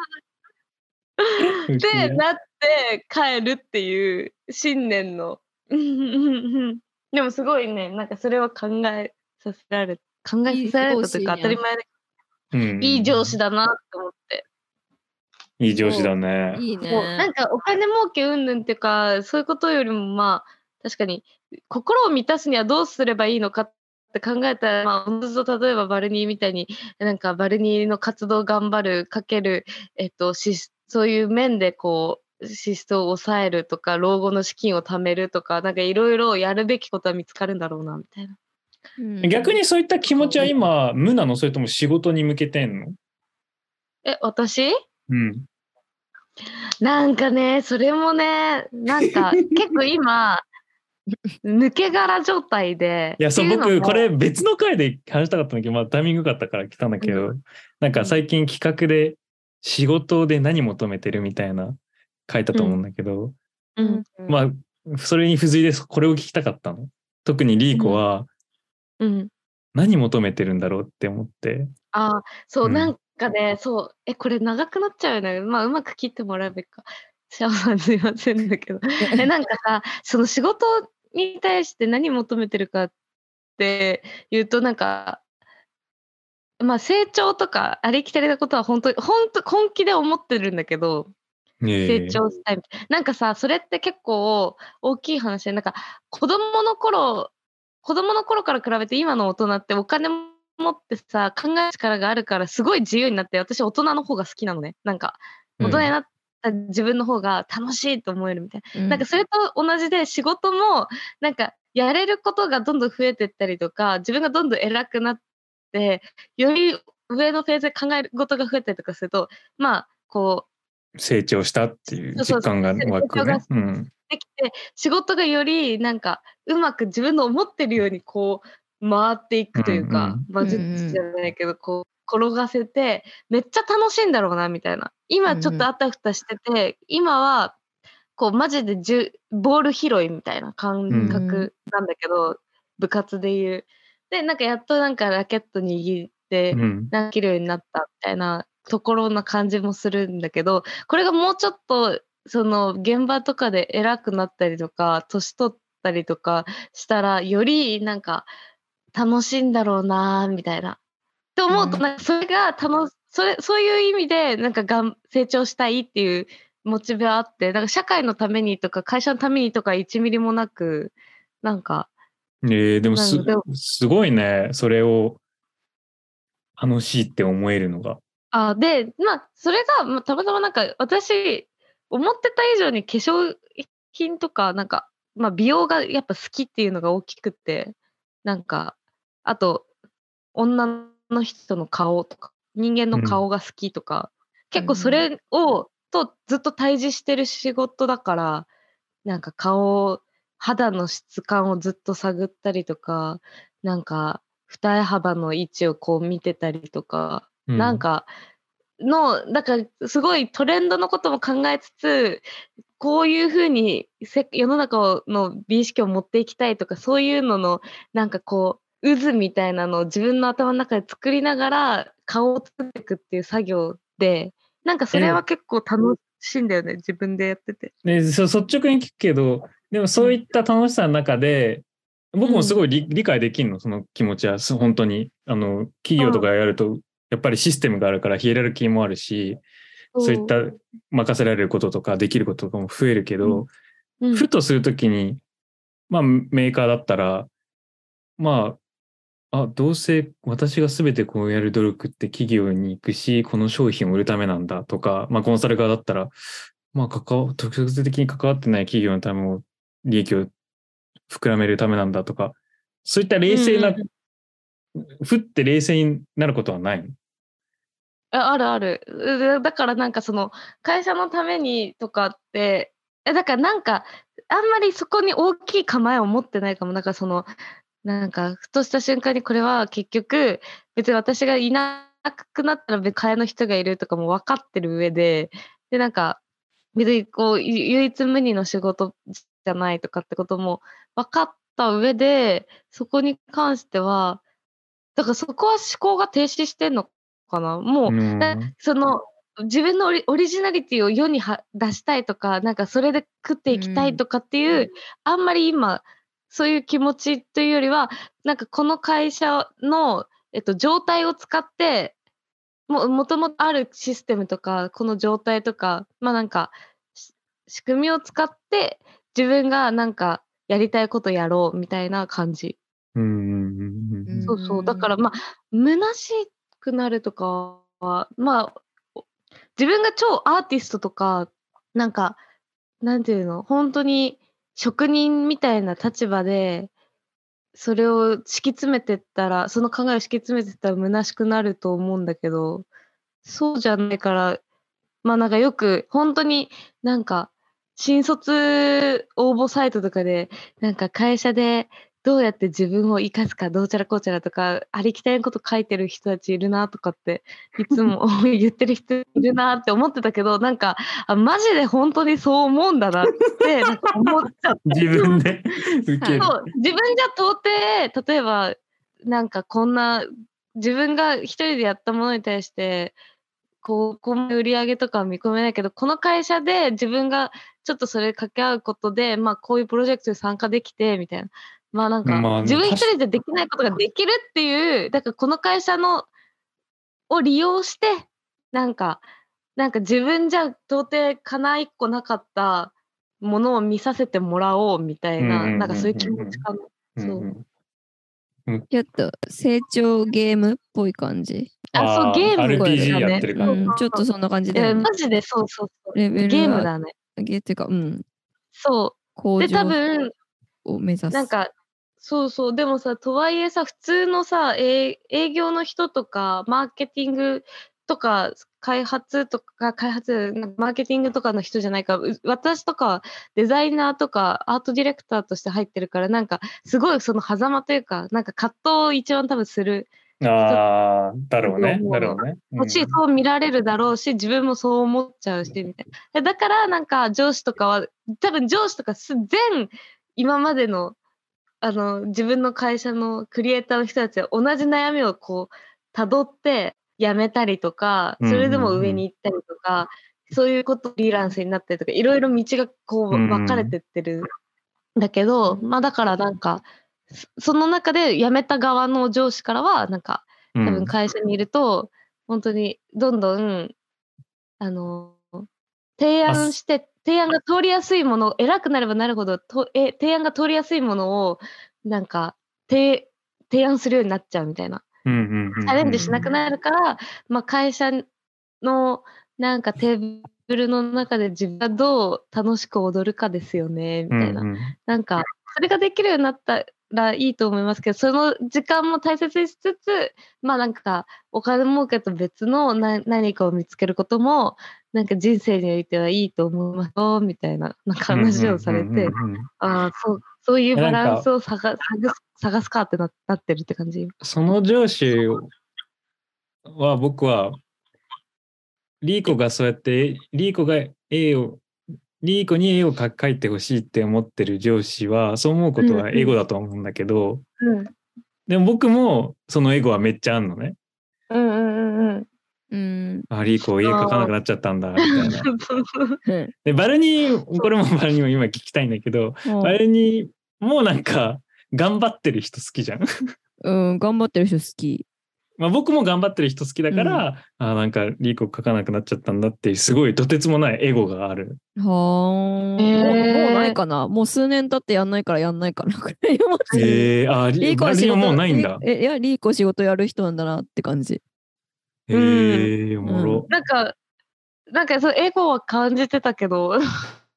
Speaker 4: で、なって帰るっていう信念の。でもすごいね、なんかそれは考えさせられたというか当たり前で、いい上司だなって思って。
Speaker 3: いい上司だね。
Speaker 2: いいね。
Speaker 4: なんかお金儲け云々っていうか、そういうことよりもまあ、確かに心を満たすにはどうすればいいのかって考えたら、まあ、おのずと例えばバルニーみたいに、なんかバルニーの活動を頑張る、かける、そういう面でこう、支出を抑えるとか、老後の資金を貯めるとか、なんかいろいろやるべきことは見つかるんだろうな、みたいな。
Speaker 3: 逆にそういった気持ちは今、無なの？それとも仕事に向けてんの？
Speaker 4: 私？なんかね、それもね、なんか結構今、抜け殻状態で。
Speaker 3: いや、そう、僕、これ別の回で話したかったんだけど、まあタイミング良かったから来たんだけど、なんか最近企画で仕事で何求めてるみたいな書いたと思うんだけど、まあ、それに付随でこれを聞きたかったの。特にリーコは、何求めてるんだろうって思って。
Speaker 4: そう、なんかね、そう、これ長くなっちゃうよね。まあ、うまく切ってもらえばいいか。シャオさんすいませんだけど。なんかさ、その仕事に対して何求めてるかっていうと、なんか、まあ、成長とかありきたりなことは本当本気で思ってるんだけど、成長したいみたいな。なんかさ、それって結構大きい話で、なんか子供の頃から比べて今の大人ってお金持ってさ、考える力があるからすごい自由になって、私大人の方が好きなのね。なんか、大人になった自分の方が楽しいと思えるみたいな。なんかそれと同じで仕事も、なんかやれることがどんどん増えてったりとか、自分がどんどん偉くなって、より上のフェーズで考えることが増えたりとかすると、まあ、こ
Speaker 3: う、成長したっていう実感が湧くね。
Speaker 4: できて、仕事がよりなんかうまく自分の思ってるようにこう回っていくというか、馬術じゃないけどこう転がせてめっちゃ楽しいんだろうなみたいな。今ちょっとあたふたしてて、今はこうマジでボール拾いみたいな感覚なんだけど、部活でいう。で、なんかやっとなんかラケット握ってできるようになったみたいなところな感じもするんだけど、これがもうちょっとその現場とかで偉くなったりとか、年取ったりとかしたら、よりなんか楽しいんだろうなみたいな。って思うと、なんかそれがそういう意味でなんか成長したいっていうモチベはあって、なんか社会のためにとか会社のためにとか1ミリもなく、なんか。
Speaker 3: でもすごいね、それを楽しいって思えるのが。
Speaker 4: で、まあ、それが、たまたまなんか私、思ってた以上に化粧品とか、なんか、まあ、美容がやっぱ好きっていうのが大きくて、なんか、あと、女の人の顔とか、人間の顔が好きとか、結構それとずっと対峙してる仕事だから、なんか肌の質感をずっと探ったりとか、なんか、二重幅の位置をこう見てたりとか、なんか、だからすごいトレンドのことも考えつつ、こういう風に世の中の美意識を持っていきたいとか、そういうのの、なんかこう、渦みたいなのを自分の頭の中で作りながら、顔を作っていくっていう作業で、なんかそれは結構楽しいんだよね、自分でやってて。
Speaker 3: 率直に聞くけど、でもそういった楽しさの中で、僕もすごい理解できるの、その気持ちは。本当に。企業とかやると、やっぱりシステムがあるからヒエラルキーもあるし、そういった任せられることとかできることとかも増えるけど、ふとするときに、まあメーカーだったら、まあ、どうせ私が全てこうやる努力って企業に行くし、この商品を売るためなんだとか、まあコンサル側だったら、まあ直接的に関わってない企業のための利益を膨らめるためなんだとか、 そういった冷静な、ふって冷静になることはないの？
Speaker 4: あるある。だからなんかその会社のためにとかって、だからなんかあんまりそこに大きい構えを持ってないかも。なんかそのなんかふとした瞬間にこれは結局別に私がいなくなったら替えの人がいるとかも分かってる上で、なんか別にこう唯一無二の仕事じゃないとかってことも分かった上で、そこに関してはだからそこは思考が停止してんのかな。もう、その自分のオリジナリティを世に出したいとか、なんかそれで食っていきたいとかっていう、あんまり今そういう気持ちというよりは、なんかこの会社の、状態を使って、もともとあるシステムとか、この状態とか、なんか仕組みを使って自分がなんかやりたいことやろうみたいな感じ。そうそう。だから虚しくなるとかは、自分が超アーティストとか、なんか、なんていうの、本当に職人みたいな立場で、それを敷き詰めてったら、その考えを敷き詰めてったら虚しくなると思うんだけど、そうじゃないから、なんかよく本当になんか、新卒応募サイトとかで、なんか会社でどうやって自分を生かすかどうちゃらこうちゃらとか、ありきたりなこと書いてる人たちいるなとかって、いつも言ってる人いるなって思ってたけど、なんか、マジで本当にそう思うんだなって、なんか思っちゃって。
Speaker 3: 自分で受ける。
Speaker 4: そう、自分じゃ到底、例えば、なんかこんな、自分が一人でやったものに対して、この売り上げとかは見込めないけど、この会社で自分がちょっとそれ掛け合うことで、こういうプロジェクトに参加できてみたいな。なんか、自分一人でできないことができるっていう、だからこの会社を利用して、なんか自分じゃ到底叶いっこなかったものを見させてもらおうみたいな、なんかそういう気持ちかな。そう。
Speaker 2: ちょっと成長ゲームっぽい感じ。
Speaker 4: そう、ゲーム
Speaker 3: RPG やってる感じ。
Speaker 2: ちょっとそんな感じで。
Speaker 4: マジでそう。
Speaker 2: レベル
Speaker 4: ゲームだね。
Speaker 2: ゲーっていうか、
Speaker 4: そう。で、多分、
Speaker 2: を目指す。
Speaker 4: なんか、そう。でもさ、とはいえさ、普通のさ、営業の人とか、マーケティングとか、マーケティングとかの人じゃないか、私とかデザイナーとかアートディレクターとして入ってるから、なんか、すごいその狭間というか、なんか葛藤を一番多分する。
Speaker 3: だろうね。
Speaker 4: もちそう見られるだろうし、自分もそう思っちゃうし、みたいな。だから、なんか上司とかは、多分上司とか今までの自分の会社のクリエイターの人たちは同じ悩みをこう辿って辞めたりとか、それでも上に行ったりとか、そういうことフリーランスになったりとか、いろいろ道がこう分かれてってるんだけど、だからなんかその中で辞めた側の上司からはなんか多分会社にいると本当にどんどん提案が通りやすいもの、偉くなればなるほど、提案が通りやすいものを、なんか、提案するようになっちゃうみたいな。チャレンジしなくなるから、会社のなんかテーブルの中で自分がどう楽しく踊るかですよね、みたいな。なんか、それができるようになったらいいと思いますけど、その時間も大切にしつつ、なんか、お金儲けと別の何かを見つけることも、なんか人生においてはいいと思いますよ、みたいな、なんか話をされて、そういうバランスを探すかってなってるって感じ。
Speaker 3: その上司は僕は、リーコがそうやって、リーコに絵を描いてほしいって思ってる上司は、そう思うことはエゴだと思うんだけど、でも僕もそのエゴはめっちゃあんのね。リーコ家描かなくなっちゃったんだみたいな。でこれもバルニーも今聞きたいんだけど、バルニーもなんか頑張ってる人好きじゃん。
Speaker 2: 頑張ってる人好き。
Speaker 3: 僕も頑張ってる人好きだから、なんかリーコ描かなくなっちゃったんだっていうすごいとてつもないエゴがある。
Speaker 2: もうないかな。もう数年経ってやんないからやんないかなくらい思って。
Speaker 3: リーコはもうないんだ。
Speaker 2: いやリーコ仕事やる人なんだなって感じ。
Speaker 3: おもろ。
Speaker 4: なんかそうエゴは感じてたけど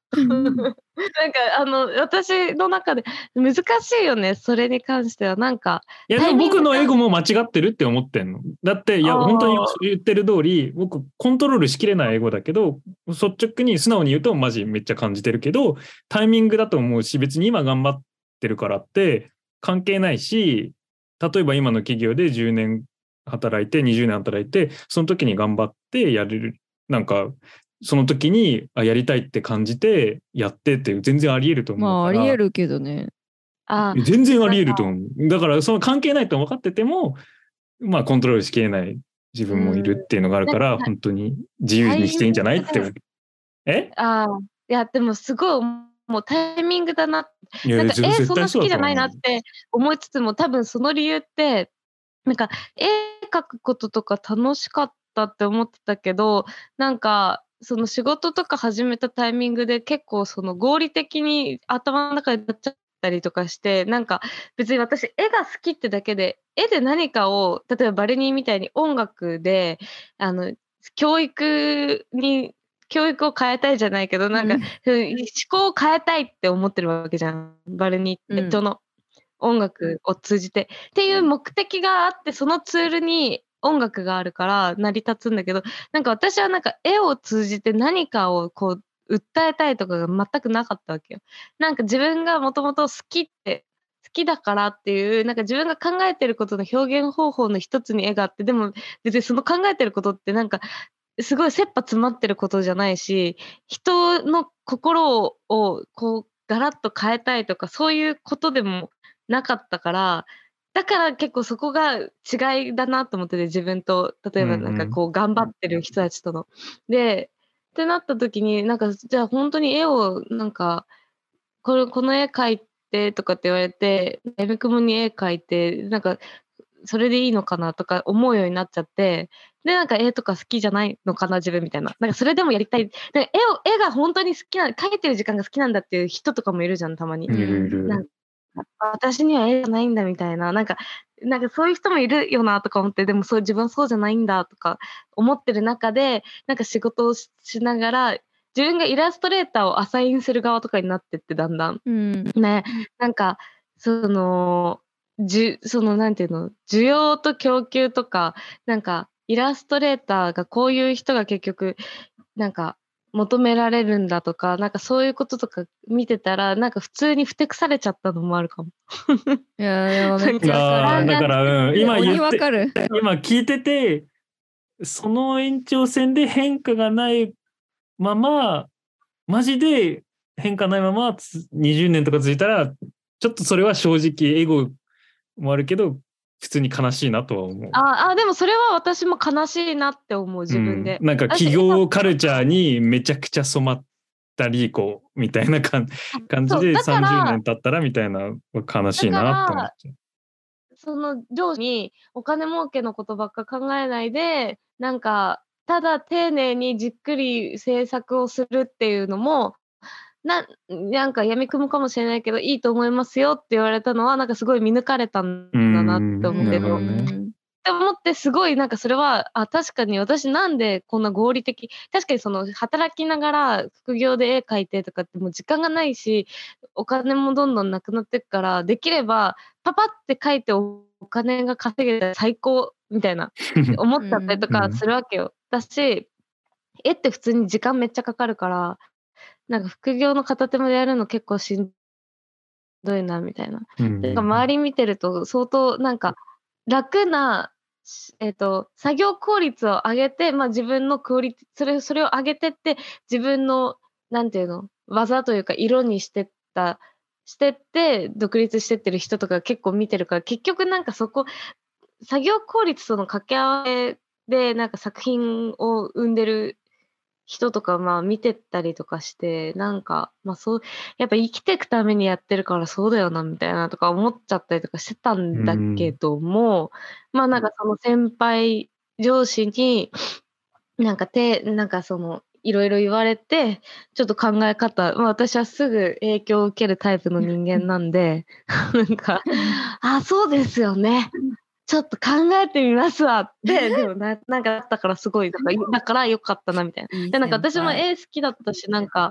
Speaker 4: なんか私の中で難しいよね、それに関しては。なんか
Speaker 3: いやでも僕のエゴも間違ってるって思ってんの。だっていや本当に言ってる通り、僕コントロールしきれないエゴだけど、率直に素直に言うとマジめっちゃ感じてるけど、タイミングだと思うし、別に今頑張ってるからって関係ないし、例えば今の企業で10年働いて20年働いて、その時に頑張ってやれる、なんかその時にやりたいって感じてやってって全然ありえると思うから。
Speaker 2: まあありえるけどね。
Speaker 3: 全然ありえると思う。だからその関係ないと分かってても、まあコントロールしきれない自分もいるっていうのがあるから、本当に自由にしていいんじゃないって。
Speaker 4: いやでもすごいもうタイミングだな。なんかそんな好きじゃないなって思いつつも、多分その理由ってなんか絵描くこととか楽しかったって思ってたけど、なんかその仕事とか始めたタイミングで結構その合理的に頭の中でなっちゃったりとかして、なんか別に私絵が好きってだけで、絵で何かを例えばバルニーみたいに音楽で教育を変えたいじゃないけど、なんか、思考を変えたいって思ってるわけじゃん、バルニーって、その音楽を通じてっていう目的があって、そのツールに音楽があるから成り立つんだけど、なんか私はなんか絵を通じて何かをこう訴えたいとかが全くなかったわけよ。なんか自分がもともと好きだからっていう、なんか自分が考えてることの表現方法の一つに絵があって、でも別にその考えてることってなんかすごい切羽詰まってることじゃないし、人の心をこうガラッと変えたいとかそういうことでもなかったから、だから結構そこが違いだなと思ってて、自分と例えばなんかこう頑張ってる人たちとの。でってなった時に、なんかじゃあ本当に絵をなんかこの絵描いてとかって言われて、やみくもに絵描いてなんかそれでいいのかなとか思うようになっちゃって、でなんか絵とか好きじゃないのかな自分みたいな、なんかそれでもやりたい、なんか絵が本当に好きな、描いてる時間が好きなんだっていう人とかもいるじゃん、たまに。なんか私には絵がないんだみたいな、なんかそういう人もいるよなとか思って、でも自分そうじゃないんだとか思ってる中で、なんか仕事をしながら自分がイラストレーターをアサインする側とかになってって、だんだん、ね、なんかそのなんていうの、需要と供給とか、なんかイラストレーターがこういう人が結局なんか求められるんだとか、なんかそういうこととか見てたら、なんか普通にふてくされちゃったのもあるかも。
Speaker 2: いやめっちゃ
Speaker 3: だから、今聞いてて、その延長線で変化がないまま、マジで変化ないまま20年とか続いたら、ちょっとそれは正直エゴもあるけど普通に悲しいなとは思う。
Speaker 4: でもそれは私も悲しいなって思う、自分で。
Speaker 3: なんか企業カルチャーにめちゃくちゃ染まったりこうみたいな感じで30年経ったらみたいな、悲しいなって思っちゃう。
Speaker 4: その上司にお金儲けのことばっか考えないで、なんかただ丁寧にじっくり制作をするっていうのもなんかやみくもかもしれないけどいいと思いますよって言われたのは、なんかすごい見抜かれたんだなって思ってる。って思って、すごいなんかそれは確かに私なんでこんな合理的、確かにその働きながら副業で絵描いてとかってもう時間がないし、お金もどんどんなくなってくから、できればパパって描いてお金が稼げたら最高みたいな思っちゃったりとかするわけよ。だし絵って普通に時間めっちゃかかるから、なんか副業の片手間でやるの結構しんどいなみたいな。なんか周り見てると相当なんか楽な作業効率を上げて、自分のクオリティ、それを上げてって、自分のなんていうの、技というか色にしてって独立してってる人とか結構見てるから、結局なんかそこ作業効率との掛け合わせでなんか作品を生んでる人とか見てたりとかして、なんかそうやっぱ生きていくためにやってるからそうだよなみたいなとか思っちゃったりとかしてたんだけども、なんかその先輩上司になんかそのいろいろ言われて、ちょっと考え方、私はすぐ影響を受けるタイプの人間なんでなんかそうですよね、ちょっと考えてみますわってでもなんかだったからすごいだからよかったなみたいな。でなんか私も絵好きだったし、なんか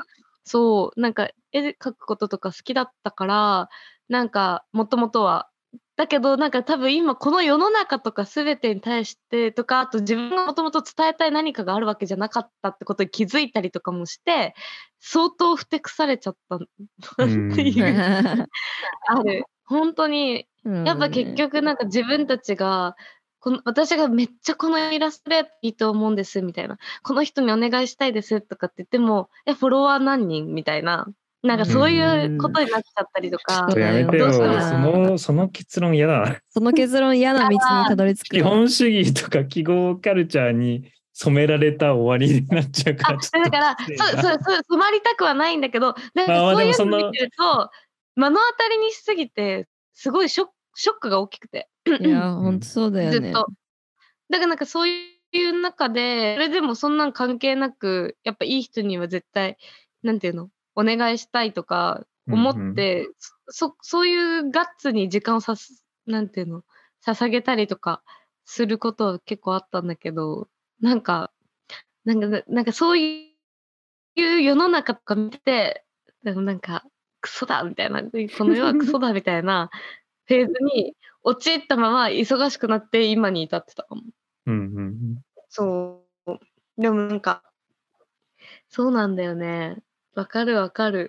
Speaker 4: そう、なんか絵描くこととか好きだったから、なんかもともとは。だけどなんか多分今この世の中とか全てに対してとか、あと自分がもともと伝えたい何かがあるわけじゃなかったってことに気づいたりとかもして、相当ふてくされちゃったっていうある。本当に、やっぱ結局なんか自分たちが、私がめっちゃこのイラストレートいいと思うんですみたいな、この人にお願いしたいですとかって言っても、フォロワー何人みたいな、なんかそういうことになっちゃったりとか。
Speaker 3: ちょっとやめてよ。その結論嫌だな。
Speaker 2: その結論嫌な道にたどり着く。
Speaker 3: 基本主義とか記号カルチャーに染められた終わりになっちゃうから。
Speaker 4: だから染まりたくはないんだけど、なんかそういうの見てると目の当たりにしすぎてすごいショックが大きくて。
Speaker 2: いや本当そうだよね。
Speaker 4: ずっと。だからなんかそういう中で、それでもそんなん関係なく、やっぱいい人には絶対なんていうの、お願いしたいとか思って、そういうガッツに時間をなんていうの、捧げたりとかすることは結構あったんだけど、なんかそういう世の中とか見て、なんかクソだみたいな、この世はクソだみたいなフェーズに陥ったまま忙しくなって今に至ってたかも。そう。でもなんかそうなんだよね。わかる。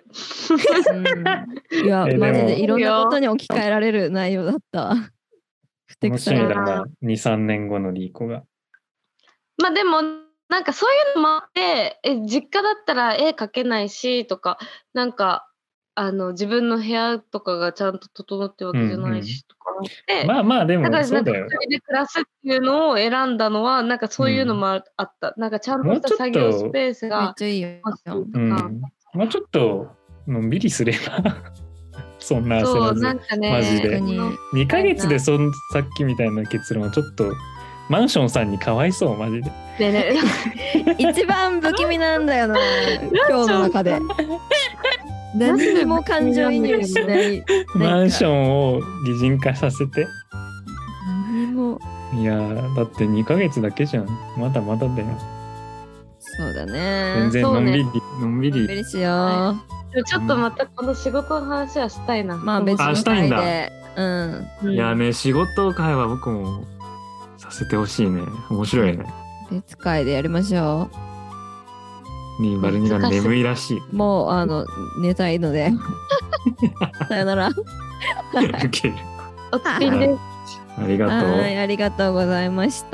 Speaker 2: いやマジでいろんなことに置き換えられる内容だった。
Speaker 3: 楽しみだな、2、3年後のリーコが。
Speaker 4: まあでもなんかそういうのもあって、実家だったら絵描けないしとか、なんか自分の部屋とかがちゃんと整ってるわけじゃないしとか思って、
Speaker 3: まあでもそうだよ。
Speaker 4: 一人で暮らすっていうのを選んだのはなんかそういうのもあった。なんかちゃんとした作業スペースが
Speaker 2: めっちゃいいよ。
Speaker 3: もうちょっとのんびりすればそんな焦らず、なんかね、マジで2ヶ月でさっきみたいな結論はちょっとマンションさんにかわいそうマジで。
Speaker 2: ね一番不気味なんだよな今日の中で。何も感情移入しない
Speaker 3: マンションを擬人化させて。
Speaker 2: 何も。
Speaker 3: いやだって2ヶ月だけじゃん。まだまだだよ。
Speaker 2: そうだね。
Speaker 3: 全然のんびり、
Speaker 2: のんびりしよ
Speaker 4: う。ちょっとまたこの仕事の話はしたいな。
Speaker 2: まあ別に
Speaker 3: したいんだ。
Speaker 2: い
Speaker 3: やね、仕事会は僕もさせてほしいね。面白いね。
Speaker 2: 別会でやりましょ
Speaker 3: う。バルニが眠いらしい。
Speaker 2: もう寝たいので。さよなら。
Speaker 3: 受ける。
Speaker 4: お疲れです。
Speaker 3: ありがとう。
Speaker 2: ありがとうございました。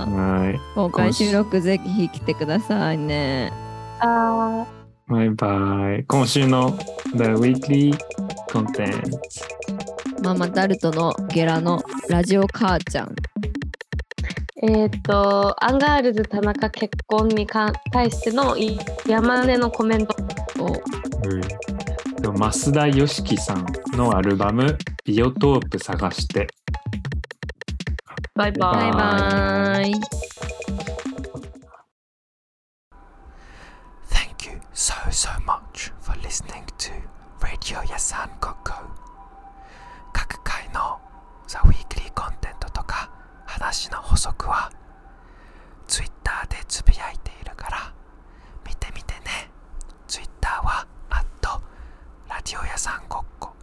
Speaker 2: 今回収録ぜひ来てくださいね。
Speaker 3: バイバイ。今週の The Weekly Content。
Speaker 2: ママダルトのゲラのラジオ母ちゃん。
Speaker 4: アンガールズ田中結婚に対しての山根のコメントを。
Speaker 3: 増田よしきさんのアルバムビオトープ探して。
Speaker 4: バイバイ。
Speaker 5: Thank you so much for listening to Radio Yasan Koko。各回の The Weekly Content とか話の補足は Twitter でつぶやいているから見てみてね。Twitter はラディオヤサンゴッコ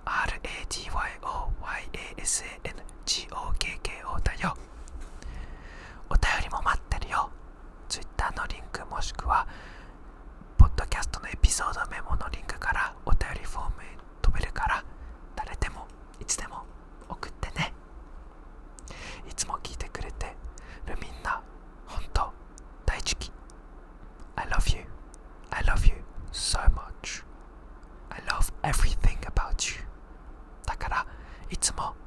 Speaker 5: RADYOYASANGOKKO だよ。お便りも待ってるよ。Twitter のリンクもしくはポッドキャストのエピソードメモのリンクからお便りフォームへ飛べるから誰でもいつでも送ってね。いつも聞いてくれてるみんな本当大好き。I love you so much。I love everything about you。だからいつも